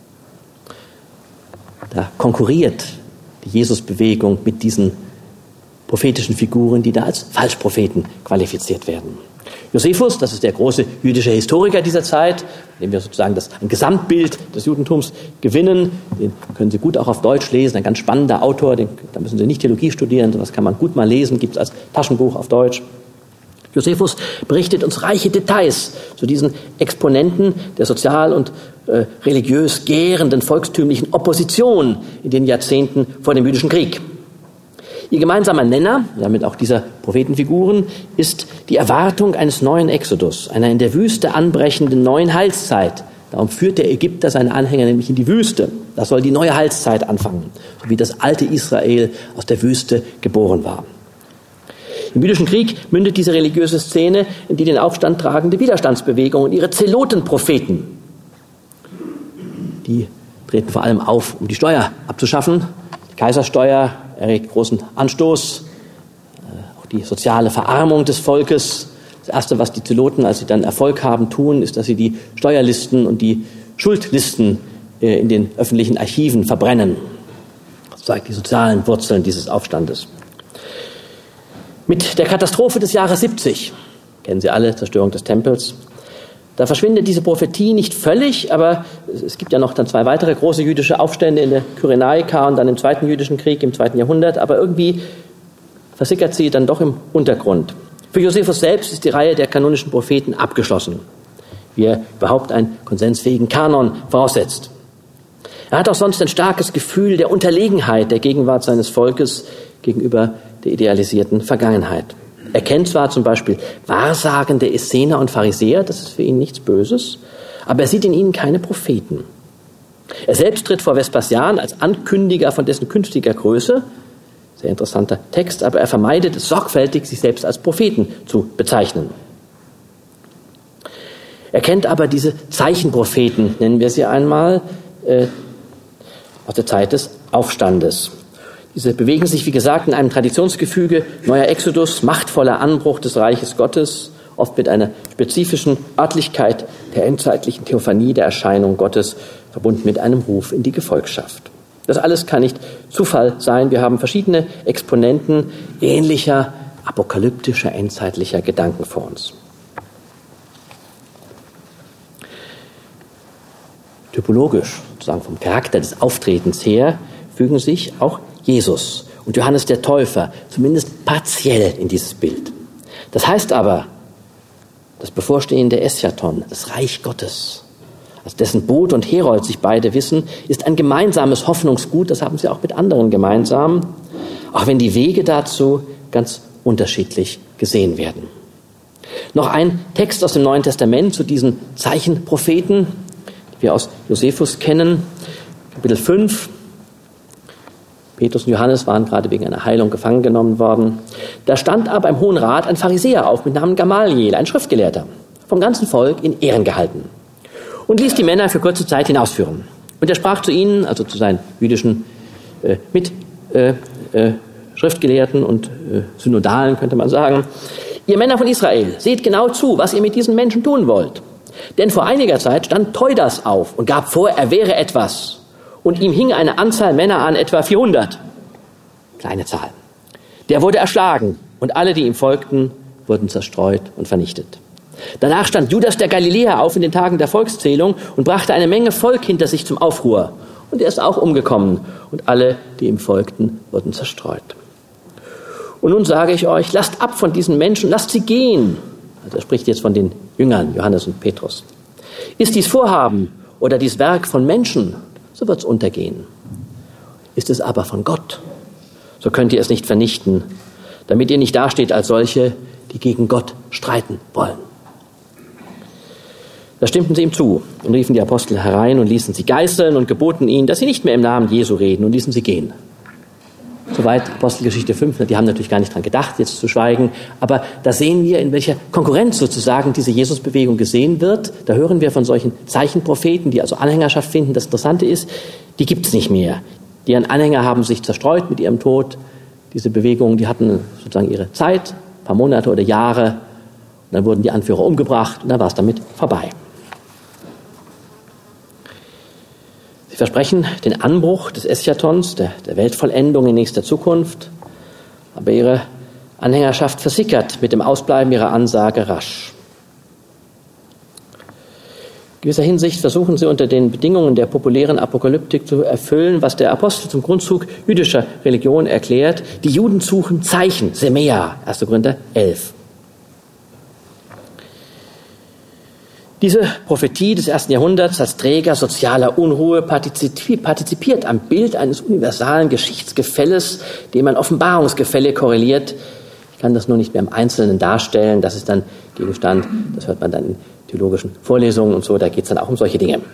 Da konkurriert die Jesusbewegung mit diesen prophetischen Figuren, die da als Falschpropheten qualifiziert werden. Josephus, das ist der große jüdische Historiker dieser Zeit, dem wir sozusagen ein Gesamtbild des Judentums gewinnen. Den können Sie gut auch auf Deutsch lesen, ein ganz spannender Autor, da müssen Sie nicht Theologie studieren, sowas kann man gut mal lesen, gibt es als Taschenbuch auf Deutsch. Josephus berichtet uns reiche Details zu diesen Exponenten der sozial und religiös gärenden volkstümlichen Opposition in den Jahrzehnten vor dem jüdischen Krieg. Ihr gemeinsamer Nenner, damit auch dieser Prophetenfiguren, ist die Erwartung eines neuen Exodus, einer in der Wüste anbrechenden neuen Heilszeit. Darum führt der Ägypter seine Anhänger nämlich in die Wüste. Das soll die neue Heilszeit anfangen, so wie das alte Israel aus der Wüste geboren war. Im jüdischen Krieg mündet diese religiöse Szene in die den Aufstand tragende Widerstandsbewegung und ihre Zelotenpropheten. Die treten vor allem auf, um die Steuer abzuschaffen. Die Kaisersteuer erregt großen Anstoß. Auch die soziale Verarmung des Volkes. Das Erste, was die Zeloten, als sie dann Erfolg haben, tun, ist, dass sie die Steuerlisten und die Schuldlisten in den öffentlichen Archiven verbrennen. Das zeigt die sozialen Wurzeln dieses Aufstandes. Mit der Katastrophe des Jahres 70, kennen Sie alle, Zerstörung des Tempels, da verschwindet diese Prophetie nicht völlig, aber es gibt ja noch dann 2 weitere große jüdische Aufstände in der Kyrenaika und dann im Zweiten Jüdischen Krieg im 2. Jahrhundert, aber irgendwie versickert sie dann doch im Untergrund. Für Josephus selbst ist die Reihe der kanonischen Propheten abgeschlossen, wie er überhaupt einen konsensfähigen Kanon voraussetzt. Er hat auch sonst ein starkes Gefühl der Unterlegenheit der Gegenwart seines Volkes gegenüber der idealisierten Vergangenheit. Er kennt zwar zum Beispiel wahrsagende Essener und Pharisäer, das ist für ihn nichts Böses, aber er sieht in ihnen keine Propheten. Er selbst tritt vor Vespasian als Ankündiger von dessen künftiger Größe, sehr interessanter Text, aber er vermeidet es sorgfältig, sich selbst als Propheten zu bezeichnen. Er kennt aber diese Zeichenpropheten, nennen wir sie einmal, aus der Zeit des Aufstandes. Diese bewegen sich, wie gesagt, in einem Traditionsgefüge, neuer Exodus, machtvoller Anbruch des Reiches Gottes, oft mit einer spezifischen Örtlichkeit der endzeitlichen Theophanie der Erscheinung Gottes, verbunden mit einem Ruf in die Gefolgschaft. Das alles kann nicht Zufall sein. Wir haben verschiedene Exponenten ähnlicher, apokalyptischer, endzeitlicher Gedanken vor uns. Typologisch, sozusagen vom Charakter des Auftretens her, fügen sich auch Jesus und Johannes der Täufer zumindest partiell in dieses Bild. Das heißt aber, das bevorstehende Eschaton, das Reich Gottes, als dessen Bote und Herold sich beide wissen, ist ein gemeinsames Hoffnungsgut, das haben sie auch mit anderen gemeinsam, auch wenn die Wege dazu ganz unterschiedlich gesehen werden. Noch ein Text aus dem Neuen Testament zu diesen Zeichenpropheten, die wir aus Josephus kennen, Kapitel 5. Petrus und Johannes waren gerade wegen einer Heilung gefangen genommen worden. Da stand aber im Hohen Rat ein Pharisäer auf mit Namen Gamaliel, ein Schriftgelehrter, vom ganzen Volk in Ehren gehalten, und ließ die Männer für kurze Zeit hinausführen. Und er sprach zu ihnen, also zu seinen jüdischen Schriftgelehrten und Synodalen, könnte man sagen: Ihr Männer von Israel, seht genau zu, was ihr mit diesen Menschen tun wollt. Denn vor einiger Zeit stand Theudas auf und gab vor, er wäre etwas. Und ihm hing eine Anzahl Männer an, etwa 400. Kleine Zahl. Der wurde erschlagen und alle, die ihm folgten, wurden zerstreut und vernichtet. Danach stand Judas der Galiläer auf in den Tagen der Volkszählung und brachte eine Menge Volk hinter sich zum Aufruhr. Und er ist auch umgekommen und alle, die ihm folgten, wurden zerstreut. Und nun sage ich euch, lasst ab von diesen Menschen, lasst sie gehen. Also er spricht jetzt von den Jüngern, Johannes und Petrus. Ist dies Vorhaben oder dies Werk von Menschen, so wird es untergehen. Ist es aber von Gott, so könnt ihr es nicht vernichten, damit ihr nicht dasteht als solche, die gegen Gott streiten wollen. Da stimmten sie ihm zu und riefen die Apostel herein und ließen sie geißeln und geboten ihnen, dass sie nicht mehr im Namen Jesu reden, und ließen sie gehen. Soweit Apostelgeschichte 5, die haben natürlich gar nicht dran gedacht, jetzt zu schweigen, aber da sehen wir, in welcher Konkurrenz sozusagen diese Jesusbewegung gesehen wird. Da hören wir von solchen Zeichenpropheten, die also Anhängerschaft finden. Das Interessante ist, die gibt es nicht mehr. Deren Anhänger haben sich zerstreut mit ihrem Tod. Diese Bewegungen, die hatten sozusagen ihre Zeit, ein paar Monate oder Jahre, und dann wurden die Anführer umgebracht und dann war es damit vorbei. Sie versprechen den Anbruch des Eschatons, der Weltvollendung in nächster Zukunft, aber ihre Anhängerschaft versickert mit dem Ausbleiben ihrer Ansage rasch. In gewisser Hinsicht versuchen sie unter den Bedingungen der populären Apokalyptik zu erfüllen, was der Apostel zum Grundzug jüdischer Religion erklärt. Die Juden suchen Zeichen, Semea, 1. Korinther 11. Diese Prophetie des 1. Jahrhunderts als Träger sozialer Unruhe partizipiert am Bild eines universalen Geschichtsgefälles, dem ein Offenbarungsgefälle korreliert. Ich kann das nur nicht mehr im Einzelnen darstellen. Das ist dann Gegenstand, das hört man dann in theologischen Vorlesungen und so, da geht es dann auch um solche Dinge.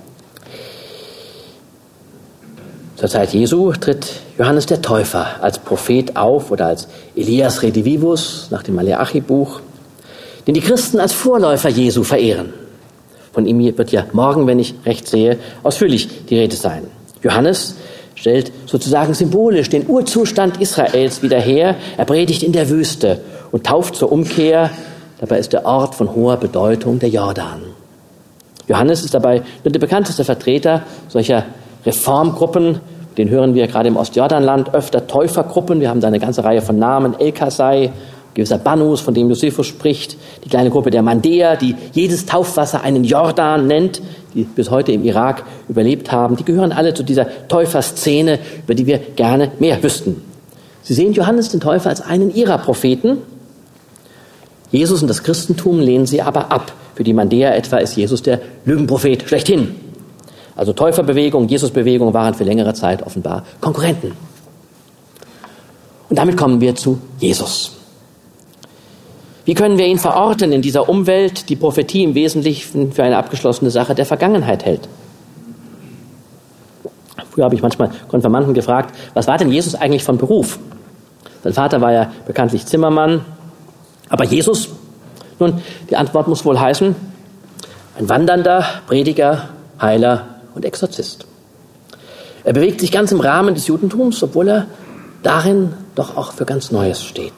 Zur Zeit Jesu tritt Johannes der Täufer als Prophet auf oder als Elias Redivivus nach dem Maleachi-Buch, den die Christen als Vorläufer Jesu verehren. Von ihm wird ja morgen, wenn ich recht sehe, ausführlich die Rede sein. Johannes stellt sozusagen symbolisch den Urzustand Israels wieder her. Er predigt in der Wüste und tauft zur Umkehr. Dabei ist der Ort von hoher Bedeutung der Jordan. Johannes ist dabei nur der bekannteste Vertreter solcher Reformgruppen. Den hören wir gerade im Ostjordanland öfter, Täufergruppen. Wir haben da eine ganze Reihe von Namen, El-Kasai, gewisser Banus, von dem Josephus spricht, die kleine Gruppe der Mandäer, die jedes Taufwasser einen Jordan nennt, die bis heute im Irak überlebt haben, die gehören alle zu dieser Täuferszene, über die wir gerne mehr wüssten. Sie sehen Johannes den Täufer als einen ihrer Propheten. Jesus und das Christentum lehnen sie aber ab. Für die Mandäer etwa ist Jesus der Lügenprophet schlechthin. Also Täuferbewegung, Jesusbewegung waren für längere Zeit offenbar Konkurrenten. Und damit kommen wir zu Jesus. Wie können wir ihn verorten in dieser Umwelt, die Prophetie im Wesentlichen für eine abgeschlossene Sache der Vergangenheit hält? Früher habe ich manchmal Konfirmanden gefragt, was war denn Jesus eigentlich von Beruf? Sein Vater war ja bekanntlich Zimmermann, aber Jesus? Nun, die Antwort muss wohl heißen, ein wandernder Prediger, Heiler und Exorzist. Er bewegt sich ganz im Rahmen des Judentums, obwohl er darin doch auch für ganz Neues steht.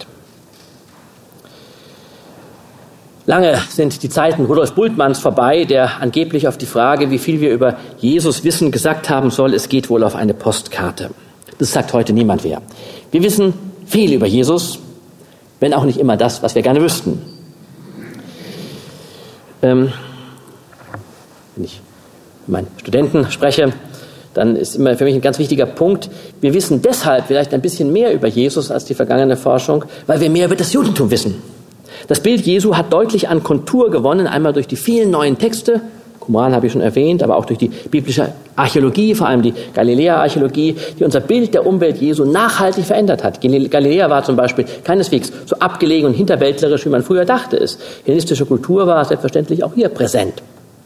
Lange sind die Zeiten Rudolf Bultmanns vorbei, der angeblich auf die Frage, wie viel wir über Jesus wissen, gesagt haben soll, es geht wohl auf eine Postkarte. Das sagt heute niemand mehr. Wir wissen viel über Jesus, wenn auch nicht immer das, was wir gerne wüssten. Wenn ich mit meinen Studenten spreche, dann ist immer für mich ein ganz wichtiger Punkt, wir wissen deshalb vielleicht ein bisschen mehr über Jesus als die vergangene Forschung, weil wir mehr über das Judentum wissen. Das Bild Jesu hat deutlich an Kontur gewonnen, einmal durch die vielen neuen Texte, Qumran habe ich schon erwähnt, aber auch durch die biblische Archäologie, vor allem die Galiläa-Archäologie, die unser Bild der Umwelt Jesu nachhaltig verändert hat. Galiläa war zum Beispiel keineswegs so abgelegen und hinterwäldlerisch, wie man früher dachte es. Hellenistische Kultur war selbstverständlich auch hier präsent.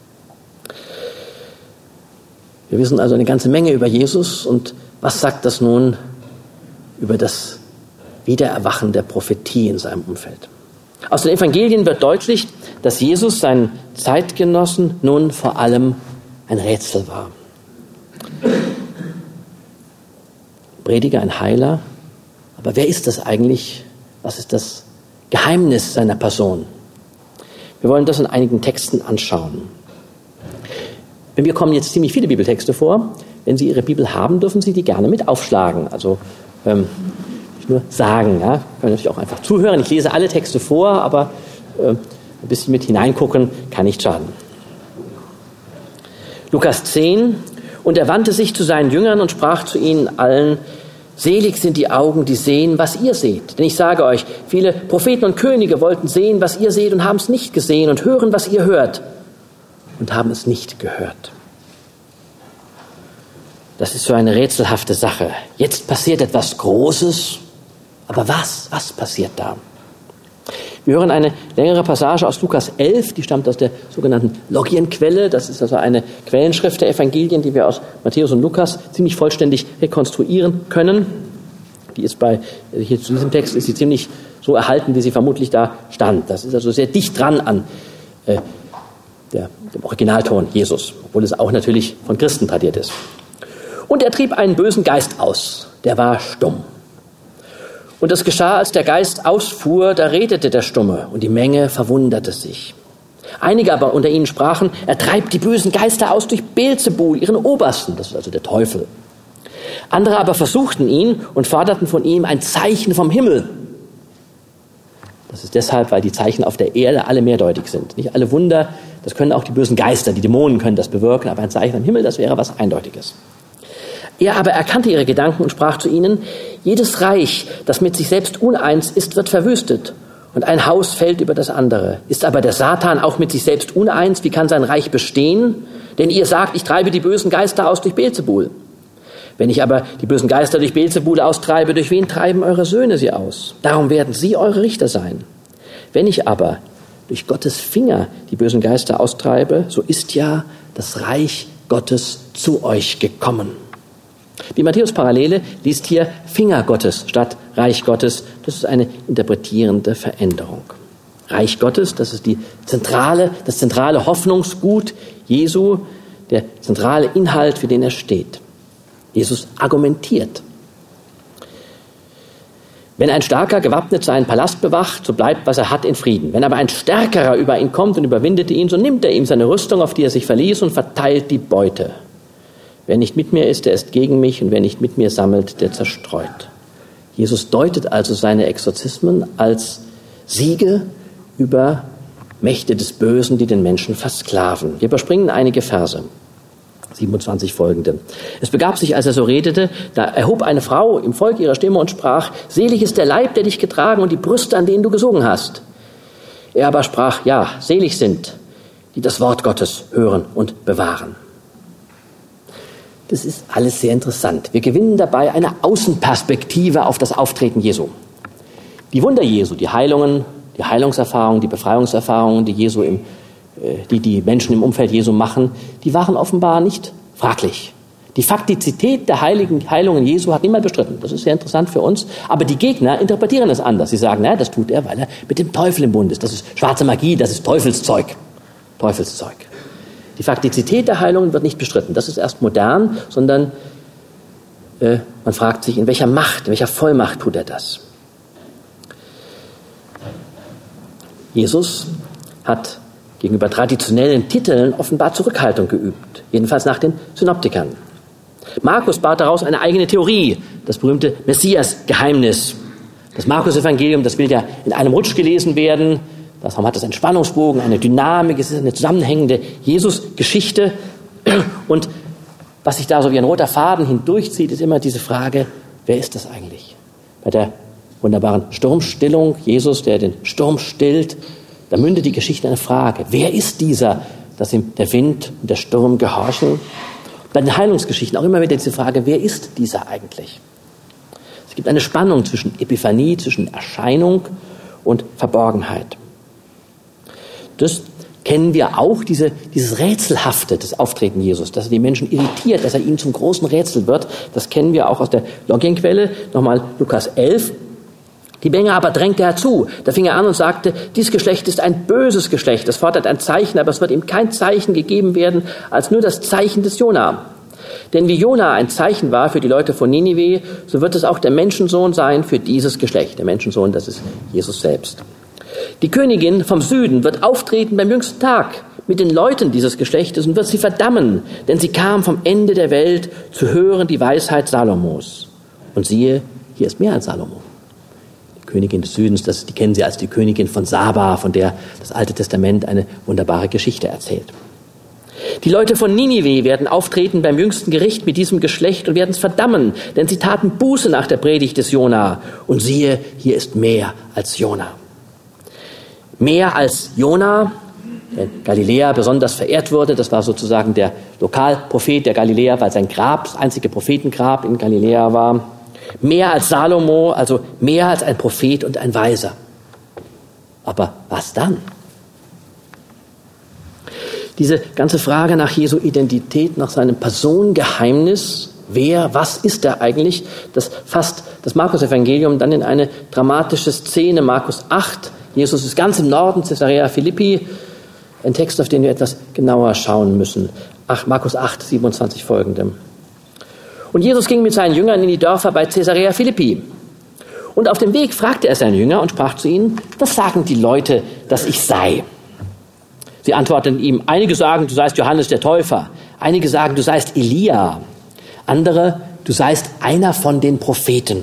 Wir wissen also eine ganze Menge über Jesus, und was sagt das nun über das Wiedererwachen der Prophetie in seinem Umfeld? Aus den Evangelien wird deutlich, dass Jesus seinen Zeitgenossen nun vor allem ein Rätsel war. Prediger, ein Heiler, aber wer ist das eigentlich? Was ist das Geheimnis seiner Person? Wir wollen das in einigen Texten anschauen. Wir kommen jetzt ziemlich viele Bibeltexte vor. Wenn Sie Ihre Bibel haben, dürfen Sie die gerne mit aufschlagen. Also nicht nur sagen, ja, können natürlich auch einfach zuhören. Ich lese alle Texte vor, aber ein bisschen mit hineingucken kann nicht schaden. Lukas 10: Und er wandte sich zu seinen Jüngern und sprach zu ihnen allen: Selig sind die Augen, die sehen, was ihr seht. Denn ich sage euch, viele Propheten und Könige wollten sehen, was ihr seht, und haben es nicht gesehen, und hören, was ihr hört, und haben es nicht gehört. Das ist so eine rätselhafte Sache. Jetzt passiert etwas Großes, aber was? Was passiert da? Wir hören eine längere Passage aus Lukas 11, die stammt aus der sogenannten Logienquelle. Das ist also eine Quellenschrift der Evangelien, die wir aus Matthäus und Lukas ziemlich vollständig rekonstruieren können. Die ist hier zu diesem Text ist sie ziemlich so erhalten, wie sie vermutlich da stand. Das ist also sehr dicht dran an dem Originalton Jesus, obwohl es auch natürlich von Christen tradiert ist. Und er trieb einen bösen Geist aus, der war stumm. Und es geschah, als der Geist ausfuhr, da redete der Stumme, und die Menge verwunderte sich. Einige aber unter ihnen sprachen: Er treibt die bösen Geister aus durch Beelzebul, ihren Obersten, das ist also der Teufel. Andere aber versuchten ihn und forderten von ihm ein Zeichen vom Himmel. Das ist deshalb, weil die Zeichen auf der Erde alle mehrdeutig sind. Nicht alle Wunder, das können auch die bösen Geister, die Dämonen können das bewirken, aber ein Zeichen am Himmel, das wäre was Eindeutiges. Er aber erkannte ihre Gedanken und sprach zu ihnen: Jedes Reich, das mit sich selbst uneins ist, wird verwüstet, und ein Haus fällt über das andere. Ist aber der Satan auch mit sich selbst uneins, wie kann sein Reich bestehen? Denn ihr sagt, ich treibe die bösen Geister aus durch Beelzebul. Wenn ich aber die bösen Geister durch Beelzebul austreibe, durch wen treiben eure Söhne sie aus? Darum werden sie eure Richter sein. Wenn ich aber durch Gottes Finger die bösen Geister austreibe, so ist ja das Reich Gottes zu euch gekommen. Die Matthäus-Parallele liest hier Finger Gottes statt Reich Gottes. Das ist eine interpretierende Veränderung. Reich Gottes, das ist das zentrale Hoffnungsgut Jesu, der zentrale Inhalt, für den er steht. Jesus argumentiert. Wenn ein Starker gewappnet seinen Palast bewacht, so bleibt, was er hat, in Frieden. Wenn aber ein Stärkerer über ihn kommt und überwindet ihn, so nimmt er ihm seine Rüstung, auf die er sich verließ, und verteilt die Beute. Wer nicht mit mir ist, der ist gegen mich, und wer nicht mit mir sammelt, der zerstreut. Jesus deutet also seine Exorzismen als Siege über Mächte des Bösen, die den Menschen versklaven. Wir überspringen einige Verse, 27 folgende. Es begab sich, als er so redete, da erhob eine Frau im Volk ihre Stimme und sprach: Selig ist der Leib, der dich getragen, und die Brüste, an denen du gesogen hast. Er aber sprach: Ja, selig sind, die das Wort Gottes hören und bewahren. Das ist alles sehr interessant. Wir gewinnen dabei eine Außenperspektive auf das Auftreten Jesu. Die Wunder Jesu, die Heilungen, die Heilungserfahrungen, die Befreiungserfahrungen, die Menschen im Umfeld Jesu machen, die waren offenbar nicht fraglich. Die Faktizität der Heilungen Jesu hat niemand bestritten. Das ist sehr interessant für uns. Aber die Gegner interpretieren es anders. Sie sagen, das tut er, weil er mit dem Teufel im Bund ist. Das ist schwarze Magie, das ist Teufelszeug. Teufelszeug. Die Faktizität der Heilungen wird nicht bestritten. Das ist erst modern, sondern man fragt sich, in welcher Macht, in welcher Vollmacht tut er das? Jesus hat gegenüber traditionellen Titeln offenbar Zurückhaltung geübt, jedenfalls nach den Synoptikern. Markus baut daraus eine eigene Theorie, das berühmte Messias-Geheimnis. Das Markus-Evangelium, das will ja in einem Rutsch gelesen werden. Darum hat es einen Spannungsbogen, eine Dynamik, es ist eine zusammenhängende Jesus-Geschichte. Und was sich da so wie ein roter Faden hindurchzieht, ist immer diese Frage: Wer ist das eigentlich? Bei der wunderbaren Sturmstillung, Jesus, der den Sturm stillt, da mündet die Geschichte in eine Frage: Wer ist dieser, dass ihm der Wind und der Sturm gehorchen? Bei den Heilungsgeschichten auch immer wieder diese Frage: Wer ist dieser eigentlich? Es gibt eine Spannung zwischen Epiphanie, zwischen Erscheinung und Verborgenheit. Das kennen wir auch, dieses Rätselhafte des Auftreten Jesus, dass er die Menschen irritiert, dass er ihnen zum großen Rätsel wird. Das kennen wir auch aus der Logienquelle. Nochmal Lukas 11. Die Menge aber drängte herzu. Da fing er an und sagte: Dies Geschlecht ist ein böses Geschlecht. Es fordert ein Zeichen, aber es wird ihm kein Zeichen gegeben werden, als nur das Zeichen des Jona. Denn wie Jona ein Zeichen war für die Leute von Ninive, so wird es auch der Menschensohn sein für dieses Geschlecht. Der Menschensohn, das ist Jesus selbst. Die Königin vom Süden wird auftreten beim jüngsten Tag mit den Leuten dieses Geschlechtes und wird sie verdammen, denn sie kam vom Ende der Welt zu hören die Weisheit Salomos. Und siehe, hier ist mehr als Salomo. Die Königin des Südens, die kennen Sie als die Königin von Saba, von der das Alte Testament eine wunderbare Geschichte erzählt. Die Leute von Ninive werden auftreten beim jüngsten Gericht mit diesem Geschlecht und werden es verdammen, denn sie taten Buße nach der Predigt des Jona. Und siehe, hier ist mehr als Jona. Mehr als Jona, der Galiläa besonders verehrt wurde. Das war sozusagen der Lokalprophet der Galiläa, weil sein Grab das einzige Prophetengrab in Galiläa war. Mehr als Salomo, also mehr als ein Prophet und ein Weiser. Aber was dann? Diese ganze Frage nach Jesu Identität, nach seinem Personengeheimnis, wer, was ist er eigentlich, das fasst das Markus-Evangelium dann in eine dramatische Szene. Markus 8, Jesus ist ganz im Norden, Caesarea Philippi, ein Text, auf den wir etwas genauer schauen müssen. Markus 8, 27 folgende. Und Jesus ging mit seinen Jüngern in die Dörfer bei Caesarea Philippi. Und auf dem Weg fragte er seine Jünger und sprach zu ihnen, was sagen die Leute, dass ich sei? Sie antworteten ihm, einige sagen, du seist Johannes der Täufer, einige sagen, du seist Elia, andere, du seist einer von den Propheten.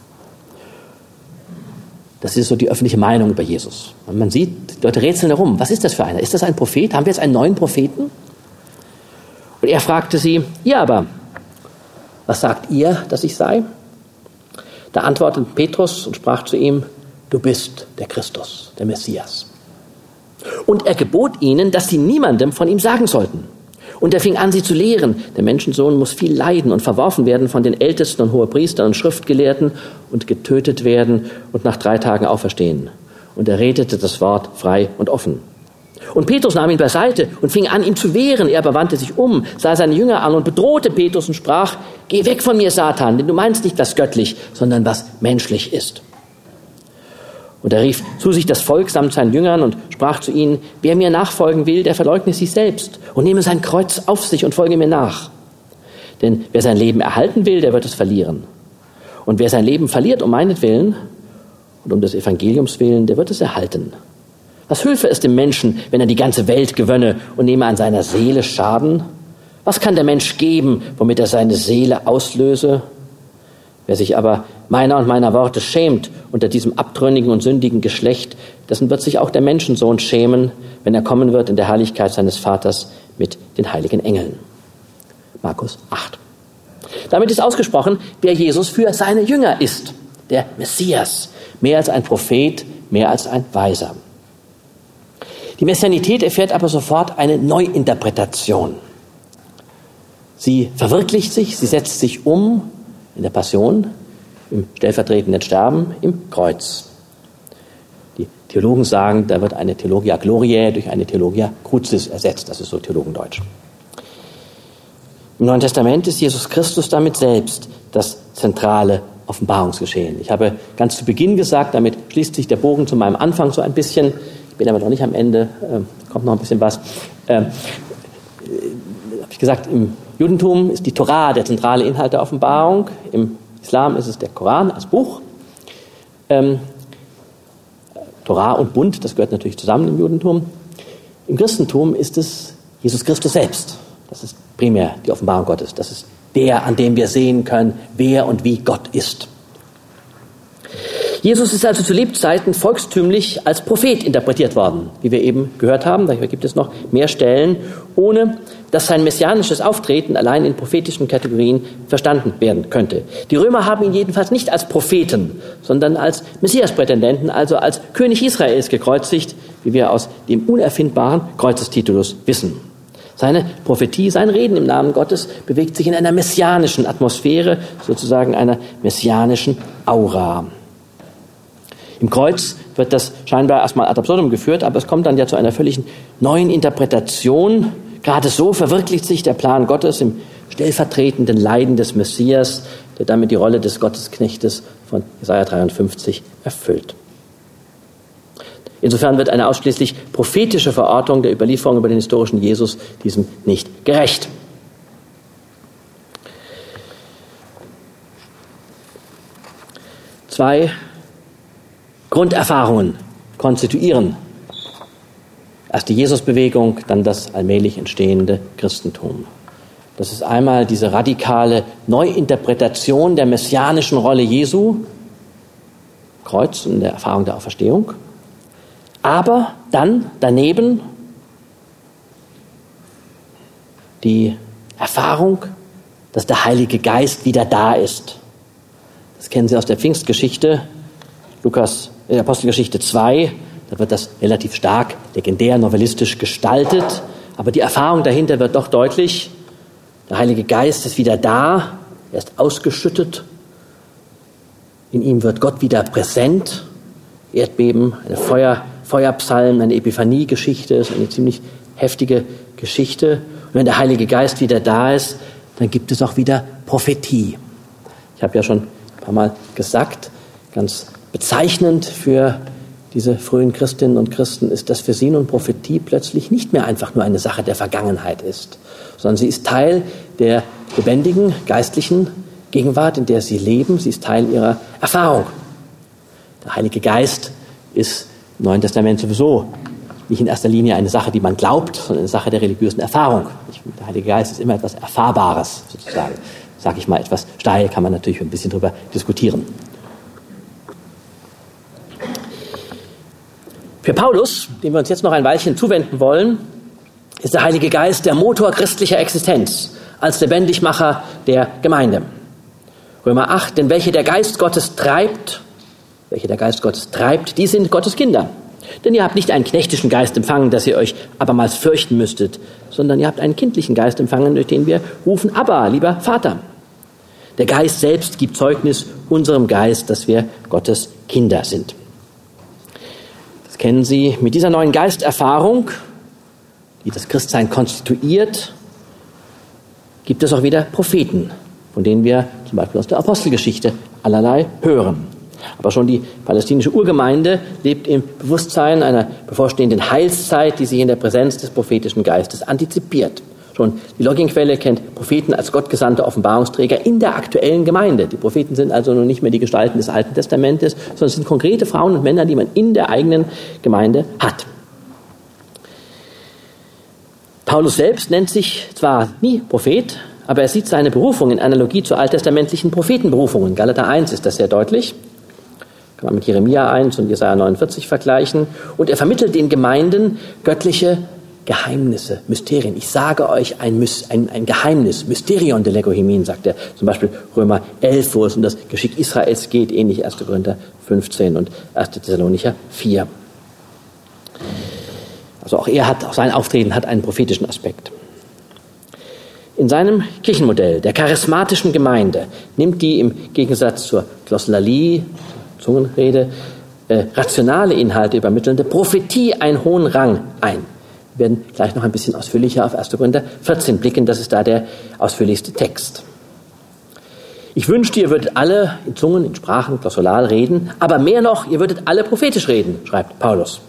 Das ist so die öffentliche Meinung über Jesus. Und man sieht, die Leute rätseln herum, was ist das für einer? Ist das ein Prophet? Haben wir jetzt einen neuen Propheten? Und er fragte sie, ja, aber was sagt ihr, dass ich sei? Da antwortete Petrus und sprach zu ihm, du bist der Christus, der Messias. Und er gebot ihnen, dass sie niemandem von ihm sagen sollten. Und er fing an, sie zu lehren. Der Menschensohn muss viel leiden und verworfen werden von den Ältesten und Hohepriestern und Schriftgelehrten und getötet werden und nach 3 Tagen auferstehen. Und er redete das Wort frei und offen. Und Petrus nahm ihn beiseite und fing an, ihn zu wehren. Er aber wandte sich um, sah seine Jünger an und bedrohte Petrus und sprach, geh weg von mir, Satan, denn du meinst nicht, was göttlich, sondern was menschlich ist. Und er rief zu sich das Volk samt seinen Jüngern und sprach zu ihnen, wer mir nachfolgen will, der verleugne sich selbst und nehme sein Kreuz auf sich und folge mir nach. Denn wer sein Leben erhalten will, der wird es verlieren. Und wer sein Leben verliert um meinetwillen und um des Evangeliums willen, der wird es erhalten. Was hülfe es dem Menschen, wenn er die ganze Welt gewönne und nehme an seiner Seele Schaden? Was kann der Mensch geben, womit er seine Seele auslöse? Wer sich aber meiner und meiner Worte schämt unter diesem abtrünnigen und sündigen Geschlecht, dessen wird sich auch der Menschensohn schämen, wenn er kommen wird in der Herrlichkeit seines Vaters mit den heiligen Engeln. Markus 8. Damit ist ausgesprochen, wer Jesus für seine Jünger ist, der Messias, mehr als ein Prophet, mehr als ein Weiser. Die Messianität erfährt aber sofort eine Neuinterpretation. Sie verwirklicht sich, sie setzt sich um in der Passion, im stellvertretenden Sterben, im Kreuz. Die Theologen sagen, da wird eine Theologia Gloriae durch eine Theologia Crucis ersetzt. Das ist so Theologendeutsch. Im Neuen Testament ist Jesus Christus damit selbst das zentrale Offenbarungsgeschehen. Ich habe ganz zu Beginn gesagt, damit schließt sich der Bogen zu meinem Anfang so ein bisschen. Ich bin aber noch nicht am Ende, kommt noch ein bisschen was. Habe ich gesagt, im Judentum ist die Torah der zentrale Inhalt der Offenbarung. Im Islam ist es der Koran als Buch. Torah und Bund, das gehört natürlich zusammen im Judentum. Im Christentum ist es Jesus Christus selbst. Das ist primär die Offenbarung Gottes. Das ist der, an dem wir sehen können, wer und wie Gott ist. Jesus ist also zu Lebzeiten volkstümlich als Prophet interpretiert worden, wie wir eben gehört haben. Da gibt es noch mehr Stellen, ohne dass sein messianisches Auftreten allein in prophetischen Kategorien verstanden werden könnte. Die Römer haben ihn jedenfalls nicht als Propheten, sondern als Messiasprätendenten, also als König Israels gekreuzigt, wie wir aus dem unerfindbaren Kreuzestitulus wissen. Seine Prophetie, sein Reden im Namen Gottes bewegt sich in einer messianischen Atmosphäre, sozusagen einer messianischen Aura. Im Kreuz wird das scheinbar erstmal ad absurdum geführt, aber es kommt dann ja zu einer völlig neuen Interpretation. Gerade so verwirklicht sich der Plan Gottes im stellvertretenden Leiden des Messias, der damit die Rolle des Gottesknechtes von Jesaja 53 erfüllt. Insofern wird eine ausschließlich prophetische Verortung der Überlieferung über den historischen Jesus diesem nicht gerecht. Zwei Grunderfahrungen konstituieren. Erst die Jesusbewegung, dann das allmählich entstehende Christentum. Das ist einmal diese radikale Neuinterpretation der messianischen Rolle Jesu, Kreuz und der Erfahrung der Auferstehung. Aber dann daneben die Erfahrung, dass der Heilige Geist wieder da ist. Das kennen Sie aus der Pfingstgeschichte, Apostelgeschichte 2. Da wird das relativ stark legendär, novellistisch gestaltet. Aber die Erfahrung dahinter wird doch deutlich. Der Heilige Geist ist wieder da. Er ist ausgeschüttet. In ihm wird Gott wieder präsent. Erdbeben, eine Feuerpsalm, eine Epiphanie-Geschichte. Das ist eine ziemlich heftige Geschichte. Und wenn der Heilige Geist wieder da ist, dann gibt es auch wieder Prophetie. Ich habe ja schon ein paar Mal gesagt, ganz bezeichnend für diese frühen Christinnen und Christen ist, dass für sie nun Prophetie plötzlich nicht mehr einfach nur eine Sache der Vergangenheit ist, sondern sie ist Teil der lebendigen, geistlichen Gegenwart, in der sie leben. Sie ist Teil ihrer Erfahrung. Der Heilige Geist ist im Neuen Testament sowieso nicht in erster Linie eine Sache, die man glaubt, sondern eine Sache der religiösen Erfahrung. Der Heilige Geist ist immer etwas Erfahrbares, sozusagen. Sage ich mal etwas steil, kann man natürlich ein bisschen drüber diskutieren. Für Paulus, dem wir uns jetzt noch ein Weilchen zuwenden wollen, ist der Heilige Geist der Motor christlicher Existenz als Lebendigmacher der Gemeinde. Römer 8, denn welche der Geist Gottes treibt, die sind Gottes Kinder. Denn ihr habt nicht einen knechtischen Geist empfangen, dass ihr euch abermals fürchten müsstet, sondern ihr habt einen kindlichen Geist empfangen, durch den wir rufen, Abba, lieber Vater. Der Geist selbst gibt Zeugnis unserem Geist, dass wir Gottes Kinder sind. Das kennen Sie. Mit dieser neuen Geisterfahrung, die das Christsein konstituiert, gibt es auch wieder Propheten, von denen wir zum Beispiel aus der Apostelgeschichte allerlei hören. Aber schon die palästinische Urgemeinde lebt im Bewusstsein einer bevorstehenden Heilszeit, die sich in der Präsenz des prophetischen Geistes antizipiert. Schon die Loginquelle kennt Propheten als gottgesandte Offenbarungsträger in der aktuellen Gemeinde. Die Propheten sind also nun nicht mehr die Gestalten des Alten Testamentes, sondern es sind konkrete Frauen und Männer, die man in der eigenen Gemeinde hat. Paulus selbst nennt sich zwar nie Prophet, aber er sieht seine Berufung in Analogie zu alttestamentlichen Prophetenberufungen. Galater 1 ist das sehr deutlich. Kann man mit Jeremia 1 und Jesaja 49 vergleichen. Und er vermittelt den Gemeinden göttliche Geheimnisse, Mysterien. Ich sage euch ein Geheimnis, Mysterion de Legohimin, sagt er. Zum Beispiel Römer 11, wo es um das Geschick Israels geht, ähnlich 1. Korinther 15 und 1. Thessalonicher 4. Also auch sein Auftreten hat einen prophetischen Aspekt. In seinem Kirchenmodell der charismatischen Gemeinde nimmt die im Gegensatz zur Glossolalie, Zungenrede, rationale Inhalte übermittelnde Prophetie einen hohen Rang ein. Wir werden gleich noch ein bisschen ausführlicher auf 1. Korinther 14 blicken, das ist da der ausführlichste Text. Ich wünschte, ihr würdet alle in Zungen, in Sprachen, glossolal reden, aber mehr noch, ihr würdet alle prophetisch reden, schreibt Paulus.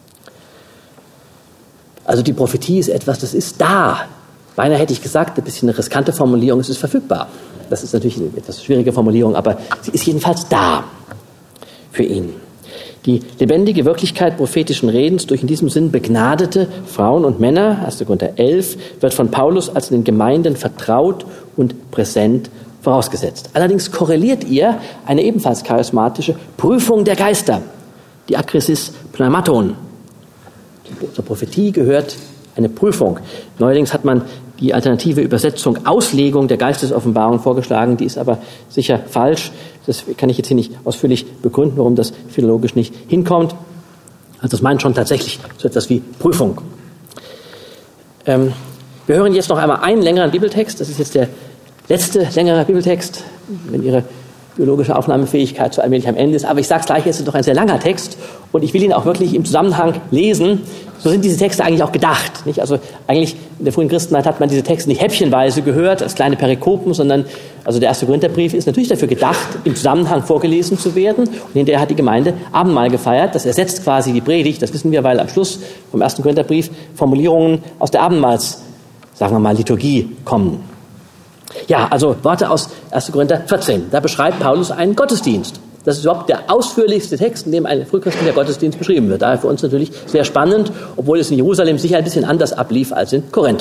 Also die Prophetie ist etwas, das ist da. Beinahe hätte ich gesagt, ein bisschen eine riskante Formulierung, es ist verfügbar. Das ist natürlich eine etwas schwierige Formulierung, aber sie ist jedenfalls da für ihn. Die lebendige Wirklichkeit prophetischen Redens durch in diesem Sinn begnadete Frauen und Männer, 1. Korinther 11, wird von Paulus als in den Gemeinden vertraut und präsent vorausgesetzt. Allerdings korreliert ihr eine ebenfalls charismatische Prüfung der Geister, die Akrisis Pneumaton. Zur Prophetie gehört eine Prüfung. Neuerdings hat man die alternative Übersetzung Auslegung der Geistesoffenbarung vorgeschlagen, die ist aber sicher falsch. Das kann ich jetzt hier nicht ausführlich begründen, warum das philologisch nicht hinkommt. Also das meint schon tatsächlich so etwas wie Prüfung. Wir hören jetzt noch einmal einen längeren Bibeltext. Das ist jetzt der letzte längere Bibeltext, wenn Ihre biologische Aufnahmefähigkeit so allmählich am Ende ist. Aber ich sage es gleich, es ist doch ein sehr langer Text und ich will ihn auch wirklich im Zusammenhang lesen. So sind diese Texte eigentlich auch gedacht. Nicht? Also eigentlich in der frühen Christenheit hat man diese Texte nicht häppchenweise gehört, als kleine Perikopen, sondern also der 1. Korintherbrief ist natürlich dafür gedacht, im Zusammenhang vorgelesen zu werden. Und hinterher hat die Gemeinde Abendmahl gefeiert. Das ersetzt quasi die Predigt. Das wissen wir, weil am Schluss vom 1. Korintherbrief Formulierungen aus der Abendmahls, sagen wir mal, Liturgie kommen. Ja, also Worte aus 1. Korinther 14. Da beschreibt Paulus einen Gottesdienst. Das ist überhaupt der ausführlichste Text, in dem ein frühchristlicher Gottesdienst beschrieben wird. Daher für uns natürlich sehr spannend, obwohl es in Jerusalem sicher ein bisschen anders ablief als in Korinth.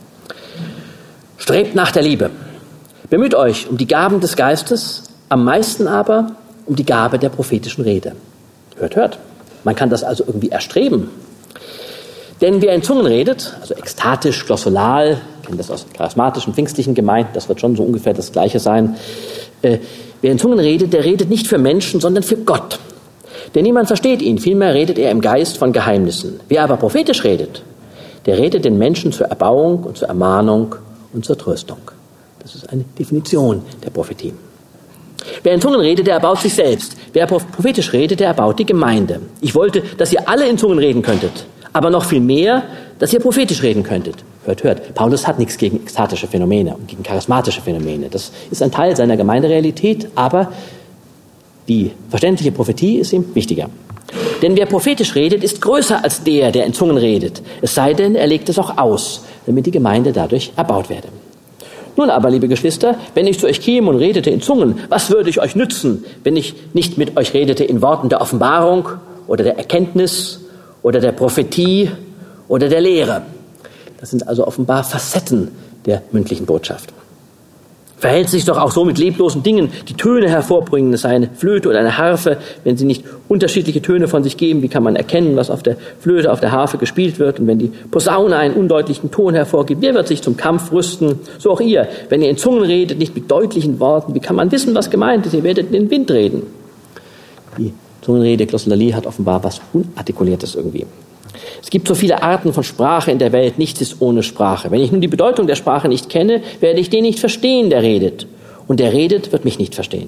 Strebt nach der Liebe. Bemüht euch um die Gaben des Geistes, am meisten aber um die Gabe der prophetischen Rede. Hört, hört. Man kann das also irgendwie erstreben. Denn wer in Zungen redet, also ekstatisch, glossolal, kennen das aus charismatischen, pfingstlichen Gemeinden, das wird schon so ungefähr das Gleiche sein. Wer in Zungen redet, der redet nicht für Menschen, sondern für Gott. Denn niemand versteht ihn, vielmehr redet er im Geist von Geheimnissen. Wer aber prophetisch redet, der redet den Menschen zur Erbauung und zur Ermahnung und zur Tröstung. Das ist eine Definition der Prophetie. Wer in Zungen redet, der erbaut sich selbst. Wer prophetisch redet, der erbaut die Gemeinde. Ich wollte, dass ihr alle in Zungen reden könntet, aber noch viel mehr, dass ihr prophetisch reden könntet. Hört, hört. Paulus hat nichts gegen ekstatische Phänomene und gegen charismatische Phänomene. Das ist ein Teil seiner Gemeinderealität, aber die verständliche Prophetie ist ihm wichtiger. Denn wer prophetisch redet, ist größer als der in Zungen redet. Es sei denn, er legt es auch aus, damit die Gemeinde dadurch erbaut werde. Nun aber, liebe Geschwister, wenn ich zu euch käme und redete in Zungen, was würde ich euch nützen, wenn ich nicht mit euch redete in Worten der Offenbarung oder der Erkenntnis oder der Prophetie oder der Lehre? Das sind also offenbar Facetten der mündlichen Botschaft. Verhält sich doch auch so mit leblosen Dingen, die Töne hervorbringen, es sei eine Flöte oder eine Harfe, wenn sie nicht unterschiedliche Töne von sich geben, wie kann man erkennen, was auf der Flöte, auf der Harfe gespielt wird? Und wenn die Posaune einen undeutlichen Ton hervorgibt, wer wird sich zum Kampf rüsten? So auch ihr, wenn ihr in Zungen redet, nicht mit deutlichen Worten, wie kann man wissen, was gemeint ist? Ihr werdet in den Wind reden. Die Zungenrede, Glossolalie, hat offenbar was Unartikuliertes irgendwie. Es gibt so viele Arten von Sprache in der Welt, nichts ist ohne Sprache. Wenn ich nun die Bedeutung der Sprache nicht kenne, werde ich den nicht verstehen, der redet. Und der redet, wird mich nicht verstehen.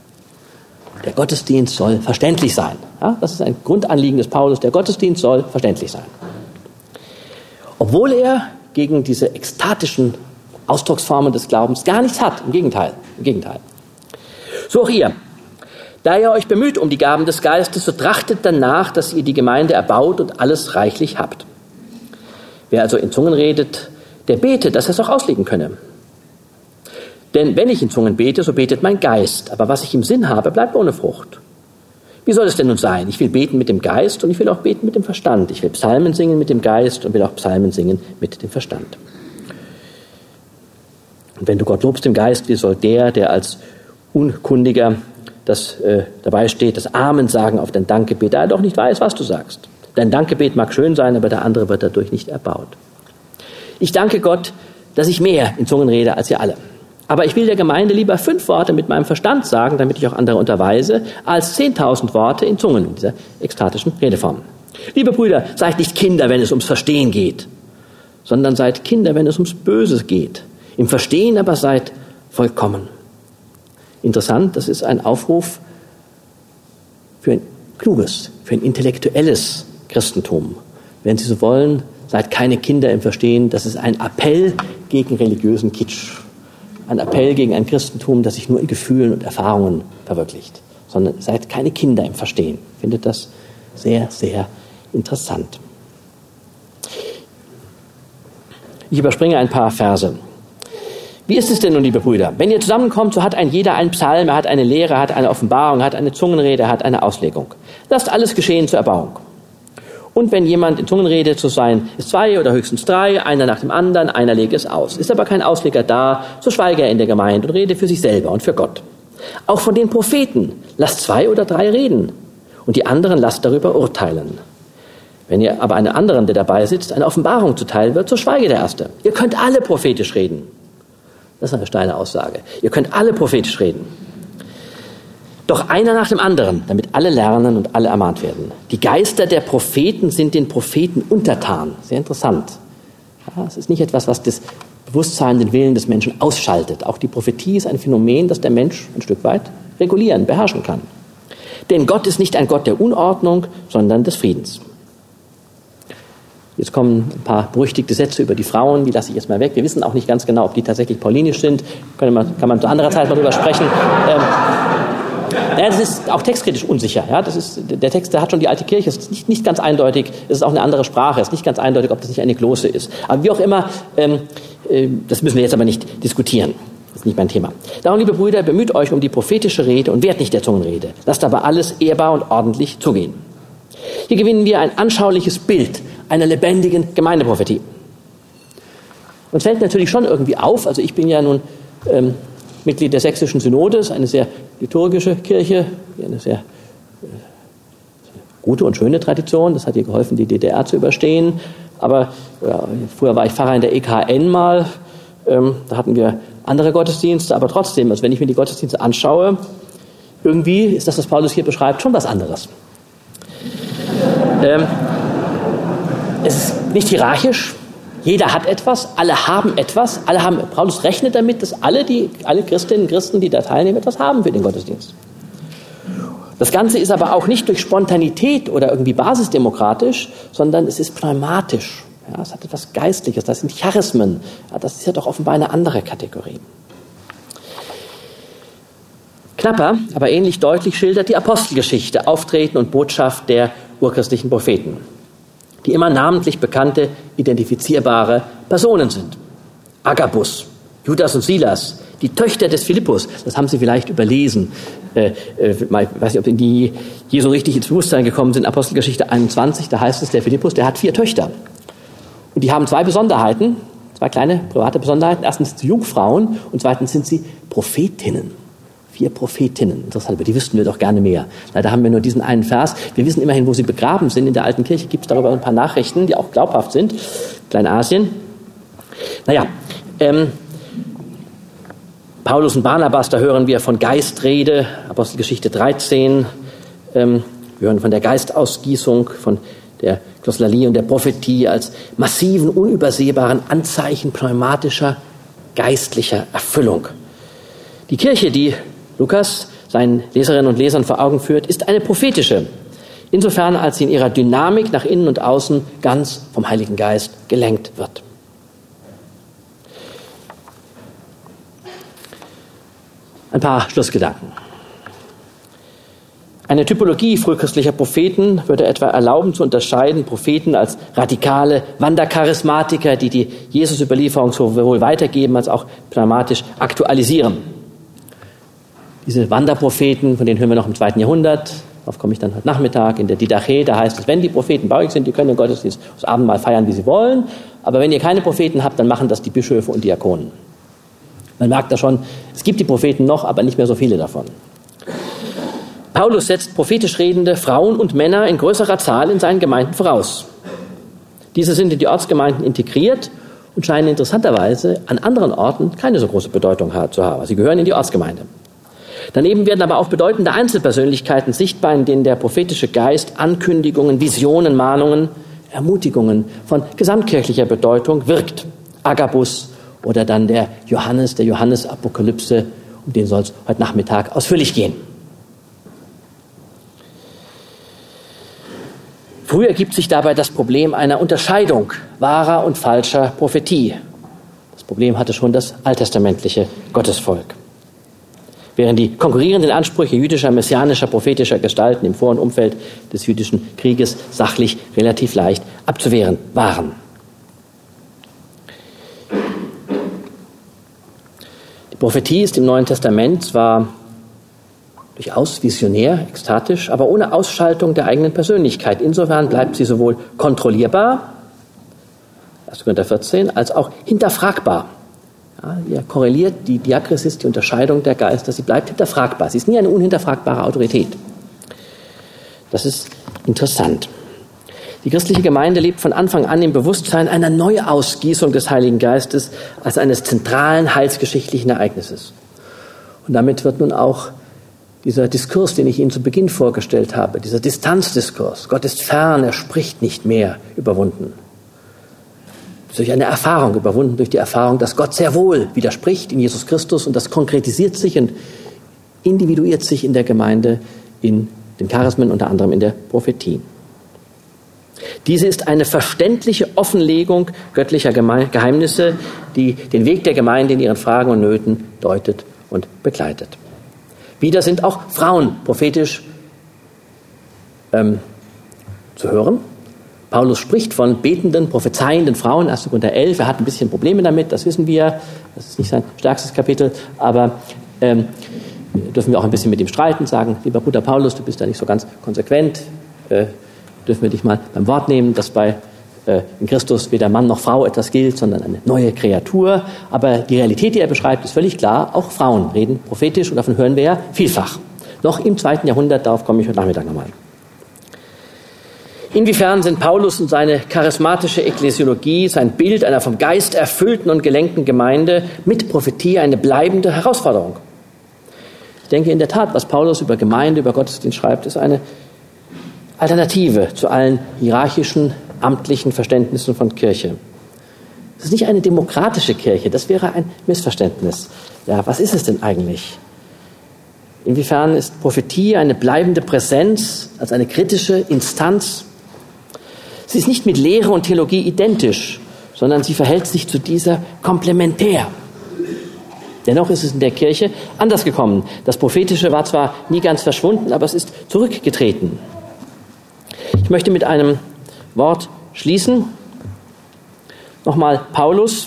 Der Gottesdienst soll verständlich sein. Ja, das ist ein Grundanliegen des Paulus. Der Gottesdienst soll verständlich sein. Obwohl er gegen diese ekstatischen Ausdrucksformen des Glaubens gar nichts hat. Im Gegenteil. So auch ihr. Da ihr euch bemüht um die Gaben des Geistes, so trachtet danach, dass ihr die Gemeinde erbaut und alles reichlich habt. Wer also in Zungen redet, der betet, dass er es auch auslegen könne. Denn wenn ich in Zungen bete, so betet mein Geist, aber was ich im Sinn habe, bleibt ohne Frucht. Wie soll es denn nun sein? Ich will beten mit dem Geist und ich will auch beten mit dem Verstand. Ich will Psalmen singen mit dem Geist und will auch Psalmen singen mit dem Verstand. Und wenn du Gott lobst im Geist, wie soll der als Unkundiger das dabei steht, das Amen sagen auf dein Dankgebet, da er doch nicht weiß, was du sagst. Dein Dankgebet mag schön sein, aber der andere wird dadurch nicht erbaut. Ich danke Gott, dass ich mehr in Zungen rede als ihr alle. Aber ich will der Gemeinde lieber 5 Worte mit meinem Verstand sagen, damit ich auch andere unterweise, als 10.000 Worte in Zungen, in dieser ekstatischen Redeform. Liebe Brüder, seid nicht Kinder, wenn es ums Verstehen geht, sondern seid Kinder, wenn es ums Böse geht. Im Verstehen aber seid vollkommen. Interessant, das ist ein Aufruf für ein kluges, für ein intellektuelles Christentum. Wenn Sie so wollen, seid keine Kinder im Verstehen. Das ist ein Appell gegen religiösen Kitsch. Ein Appell gegen ein Christentum, das sich nur in Gefühlen und Erfahrungen verwirklicht. Sondern seid keine Kinder im Verstehen. Ich finde das sehr, sehr interessant. Ich überspringe ein paar Verse. Wie ist es denn nun, liebe Brüder? Wenn ihr zusammenkommt, so hat ein jeder einen Psalm, er hat eine Lehre, er hat eine Offenbarung, er hat eine Zungenrede, er hat eine Auslegung. Lasst alles geschehen zur Erbauung. Und wenn jemand in Zungen redet, so seien es 2 oder höchstens 3, einer nach dem anderen, einer lege es aus. Ist aber kein Ausleger da, so schweige er in der Gemeinde und rede für sich selber und für Gott. Auch von den Propheten, lasst 2 oder 3 reden und die anderen lasst darüber urteilen. Wenn ihr aber einem anderen, der dabei sitzt, eine Offenbarung zuteil wird, so schweige der Erste. Ihr könnt alle prophetisch reden. Das ist eine steile Aussage. Ihr könnt alle prophetisch reden. Doch einer nach dem anderen, damit alle lernen und alle ermahnt werden. Die Geister der Propheten sind den Propheten untertan. Sehr interessant. Ja, es ist nicht etwas, was das Bewusstsein, den Willen des Menschen ausschaltet. Auch die Prophetie ist ein Phänomen, das der Mensch ein Stück weit regulieren, beherrschen kann. Denn Gott ist nicht ein Gott der Unordnung, sondern des Friedens. Jetzt kommen ein paar berüchtigte Sätze über die Frauen, die lasse ich jetzt mal weg. Wir wissen auch nicht ganz genau, ob die tatsächlich paulinisch sind. Kann man zu anderer Zeit mal drüber sprechen. Das ist auch textkritisch unsicher. Ja? Der Text, der hat schon die alte Kirche, es ist nicht ganz eindeutig, es ist auch eine andere Sprache, es ist nicht ganz eindeutig, ob das nicht eine Glose ist. Aber wie auch immer, das müssen wir jetzt aber nicht diskutieren. ist nicht mein Thema. Darum, liebe Brüder, bemüht euch um die prophetische Rede und wehrt nicht der Zungenrede. Lasst aber alles ehrbar und ordentlich zugehen. Hier gewinnen wir ein anschauliches Bild einer lebendigen Gemeindeprophetie. Uns fällt natürlich schon irgendwie auf, also ich bin ja nun Mitglied der Sächsischen Synode, eine sehr liturgische Kirche, eine sehr gute und schöne Tradition. Das hat ihr geholfen, die DDR zu überstehen. Aber früher war ich Pfarrer in der EKN mal. Da hatten wir andere Gottesdienste. Aber trotzdem, also wenn ich mir die Gottesdienste anschaue, irgendwie ist das, was Paulus hier beschreibt, schon was anderes. Es ist nicht hierarchisch. Jeder hat etwas, alle haben etwas, Paulus rechnet damit, dass alle Christinnen und Christen, die da teilnehmen, etwas haben für den Gottesdienst. Das Ganze ist aber auch nicht durch Spontanität oder irgendwie basisdemokratisch, sondern es ist pneumatisch. Ja, es hat etwas Geistliches, das sind Charismen. Ja, das ist ja doch offenbar eine andere Kategorie. Knapper, aber ähnlich deutlich schildert die Apostelgeschichte, Auftreten und Botschaft der urchristlichen Propheten, die immer namentlich bekannte, identifizierbare Personen sind. Agabus, Judas und Silas, die Töchter des Philippus, das haben Sie vielleicht überlesen. Ich weiß nicht, ob die je so richtig ins Bewusstsein gekommen sind. Apostelgeschichte 21, da heißt es, der Philippus, der hat 4 Töchter. Und die haben 2 Besonderheiten, 2 kleine private Besonderheiten. Erstens sind sie Jungfrauen und zweitens sind sie Prophetinnen. 4 Prophetinnen. Interessant, aber die wüssten wir doch gerne mehr. Leider haben wir nur diesen einen Vers. Wir wissen immerhin, wo sie begraben sind. In der alten Kirche gibt es darüber ein paar Nachrichten, die auch glaubhaft sind. Kleinasien. Naja, Paulus und Barnabas, da hören wir von Geistrede, Apostelgeschichte 13. Wir hören von der Geistausgießung, von der Glossolalie und der Prophetie als massiven, unübersehbaren Anzeichen pneumatischer, geistlicher Erfüllung. Die Kirche, die Lukas seinen Leserinnen und Lesern vor Augen führt, ist eine prophetische, insofern als sie in ihrer Dynamik nach innen und außen ganz vom Heiligen Geist gelenkt wird. Ein paar Schlussgedanken. Eine Typologie frühchristlicher Propheten würde etwa erlauben zu unterscheiden Propheten als radikale Wandercharismatiker, die Jesus-Überlieferung sowohl weitergeben als auch pneumatisch aktualisieren. Diese Wanderpropheten, von denen hören wir noch im 2. Jahrhundert, darauf komme ich dann heute Nachmittag, in der Didache, da heißt es, wenn die Propheten bei euch sind, die können den Gottesdienst das Abendmahl feiern, wie sie wollen, aber wenn ihr keine Propheten habt, dann machen das die Bischöfe und Diakonen. Man merkt da schon, es gibt die Propheten noch, aber nicht mehr so viele davon. Paulus setzt prophetisch redende Frauen und Männer in größerer Zahl in seinen Gemeinden voraus. Diese sind in die Ortsgemeinden integriert und scheinen interessanterweise an anderen Orten keine so große Bedeutung zu haben. Sie gehören in die Ortsgemeinde. Daneben werden aber auch bedeutende Einzelpersönlichkeiten sichtbar, in denen der prophetische Geist Ankündigungen, Visionen, Mahnungen, Ermutigungen von gesamtkirchlicher Bedeutung wirkt. Agabus oder dann der Johannes-Apokalypse, um den soll es heute Nachmittag ausführlich gehen. Früh ergibt sich dabei das Problem einer Unterscheidung wahrer und falscher Prophetie. Das Problem hatte schon das alttestamentliche Gottesvolk. Während die konkurrierenden Ansprüche jüdischer, messianischer, prophetischer Gestalten im Vor- und Umfeld des jüdischen Krieges sachlich relativ leicht abzuwehren waren. Die Prophetie ist im Neuen Testament zwar durchaus visionär, ekstatisch, aber ohne Ausschaltung der eigenen Persönlichkeit. Insofern bleibt sie sowohl kontrollierbar, 1. Korinther 14, als auch hinterfragbar. Ja, hier korreliert die Diakrisis, die Unterscheidung der Geister, sie bleibt hinterfragbar. Sie ist nie eine unhinterfragbare Autorität. Das ist interessant. Die christliche Gemeinde lebt von Anfang an im Bewusstsein einer Neuausgießung des Heiligen Geistes als eines zentralen heilsgeschichtlichen Ereignisses. Und damit wird nun auch dieser Diskurs, den ich Ihnen zu Beginn vorgestellt habe, dieser Distanzdiskurs, Gott ist fern, er spricht nicht mehr, überwunden. Durch eine Erfahrung überwunden, durch die Erfahrung, dass Gott sehr wohl widerspricht in Jesus Christus und das konkretisiert sich und individuiert sich in der Gemeinde, in den Charismen, unter anderem in der Prophetie. Diese ist eine verständliche Offenlegung göttlicher Geheimnisse, die den Weg der Gemeinde in ihren Fragen und Nöten deutet und begleitet. Wieder sind auch Frauen prophetisch zu hören. Paulus spricht von betenden, prophezeienden Frauen, 1. Korinther 11. Er hat ein bisschen Probleme damit, das wissen wir. Das ist nicht sein stärkstes Kapitel, aber dürfen wir auch ein bisschen mit ihm streiten, sagen, lieber Bruder Paulus, du bist da nicht so ganz konsequent, dürfen wir dich mal beim Wort nehmen, dass in Christus weder Mann noch Frau etwas gilt, sondern eine neue Kreatur. Aber die Realität, die er beschreibt, ist völlig klar. Auch Frauen reden prophetisch und davon hören wir ja vielfach. Noch im 2. Jahrhundert, darauf komme ich heute Nachmittag nochmal. Inwiefern sind Paulus und seine charismatische Ekklesiologie, sein Bild einer vom Geist erfüllten und gelenkten Gemeinde mit Prophetie eine bleibende Herausforderung? Ich denke in der Tat, was Paulus über Gemeinde, über Gottesdienst schreibt, ist eine Alternative zu allen hierarchischen, amtlichen Verständnissen von Kirche. Es ist nicht eine demokratische Kirche, das wäre ein Missverständnis. Ja, was ist es denn eigentlich? Inwiefern ist Prophetie eine bleibende Präsenz als eine kritische Instanz? Sie ist nicht mit Lehre und Theologie identisch, sondern sie verhält sich zu dieser komplementär. Dennoch ist es in der Kirche anders gekommen. Das Prophetische war zwar nie ganz verschwunden, aber es ist zurückgetreten. Ich möchte mit einem Wort schließen. Nochmal Paulus,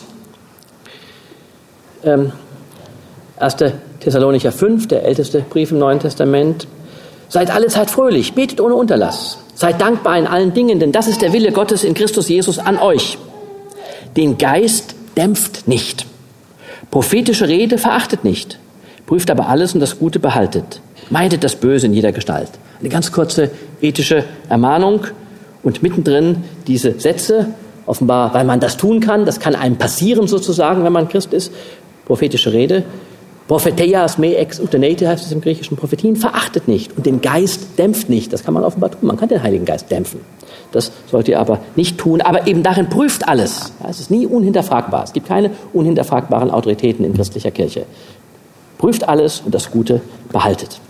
1. Thessalonicher 5, der älteste Brief im Neuen Testament. Seid alle Zeit fröhlich, betet ohne Unterlass. Seid dankbar in allen Dingen, denn das ist der Wille Gottes in Christus Jesus an euch. Den Geist dämpft nicht. Prophetische Rede verachtet nicht. Prüft aber alles und das Gute behaltet. Meidet das Böse in jeder Gestalt. Eine ganz kurze ethische Ermahnung und mittendrin diese Sätze, offenbar, weil man das tun kann, das kann einem passieren sozusagen, wenn man Christ ist. Prophetische Rede. Propheteias me ex utenete heißt es im Griechischen. Prophetien verachtet nicht und den Geist dämpft nicht. Das kann man offenbar tun. Man kann den Heiligen Geist dämpfen. Das sollt ihr aber nicht tun. Aber eben darin prüft alles. Ja, es ist nie unhinterfragbar. Es gibt keine unhinterfragbaren Autoritäten in christlicher Kirche. Prüft alles und das Gute behaltet.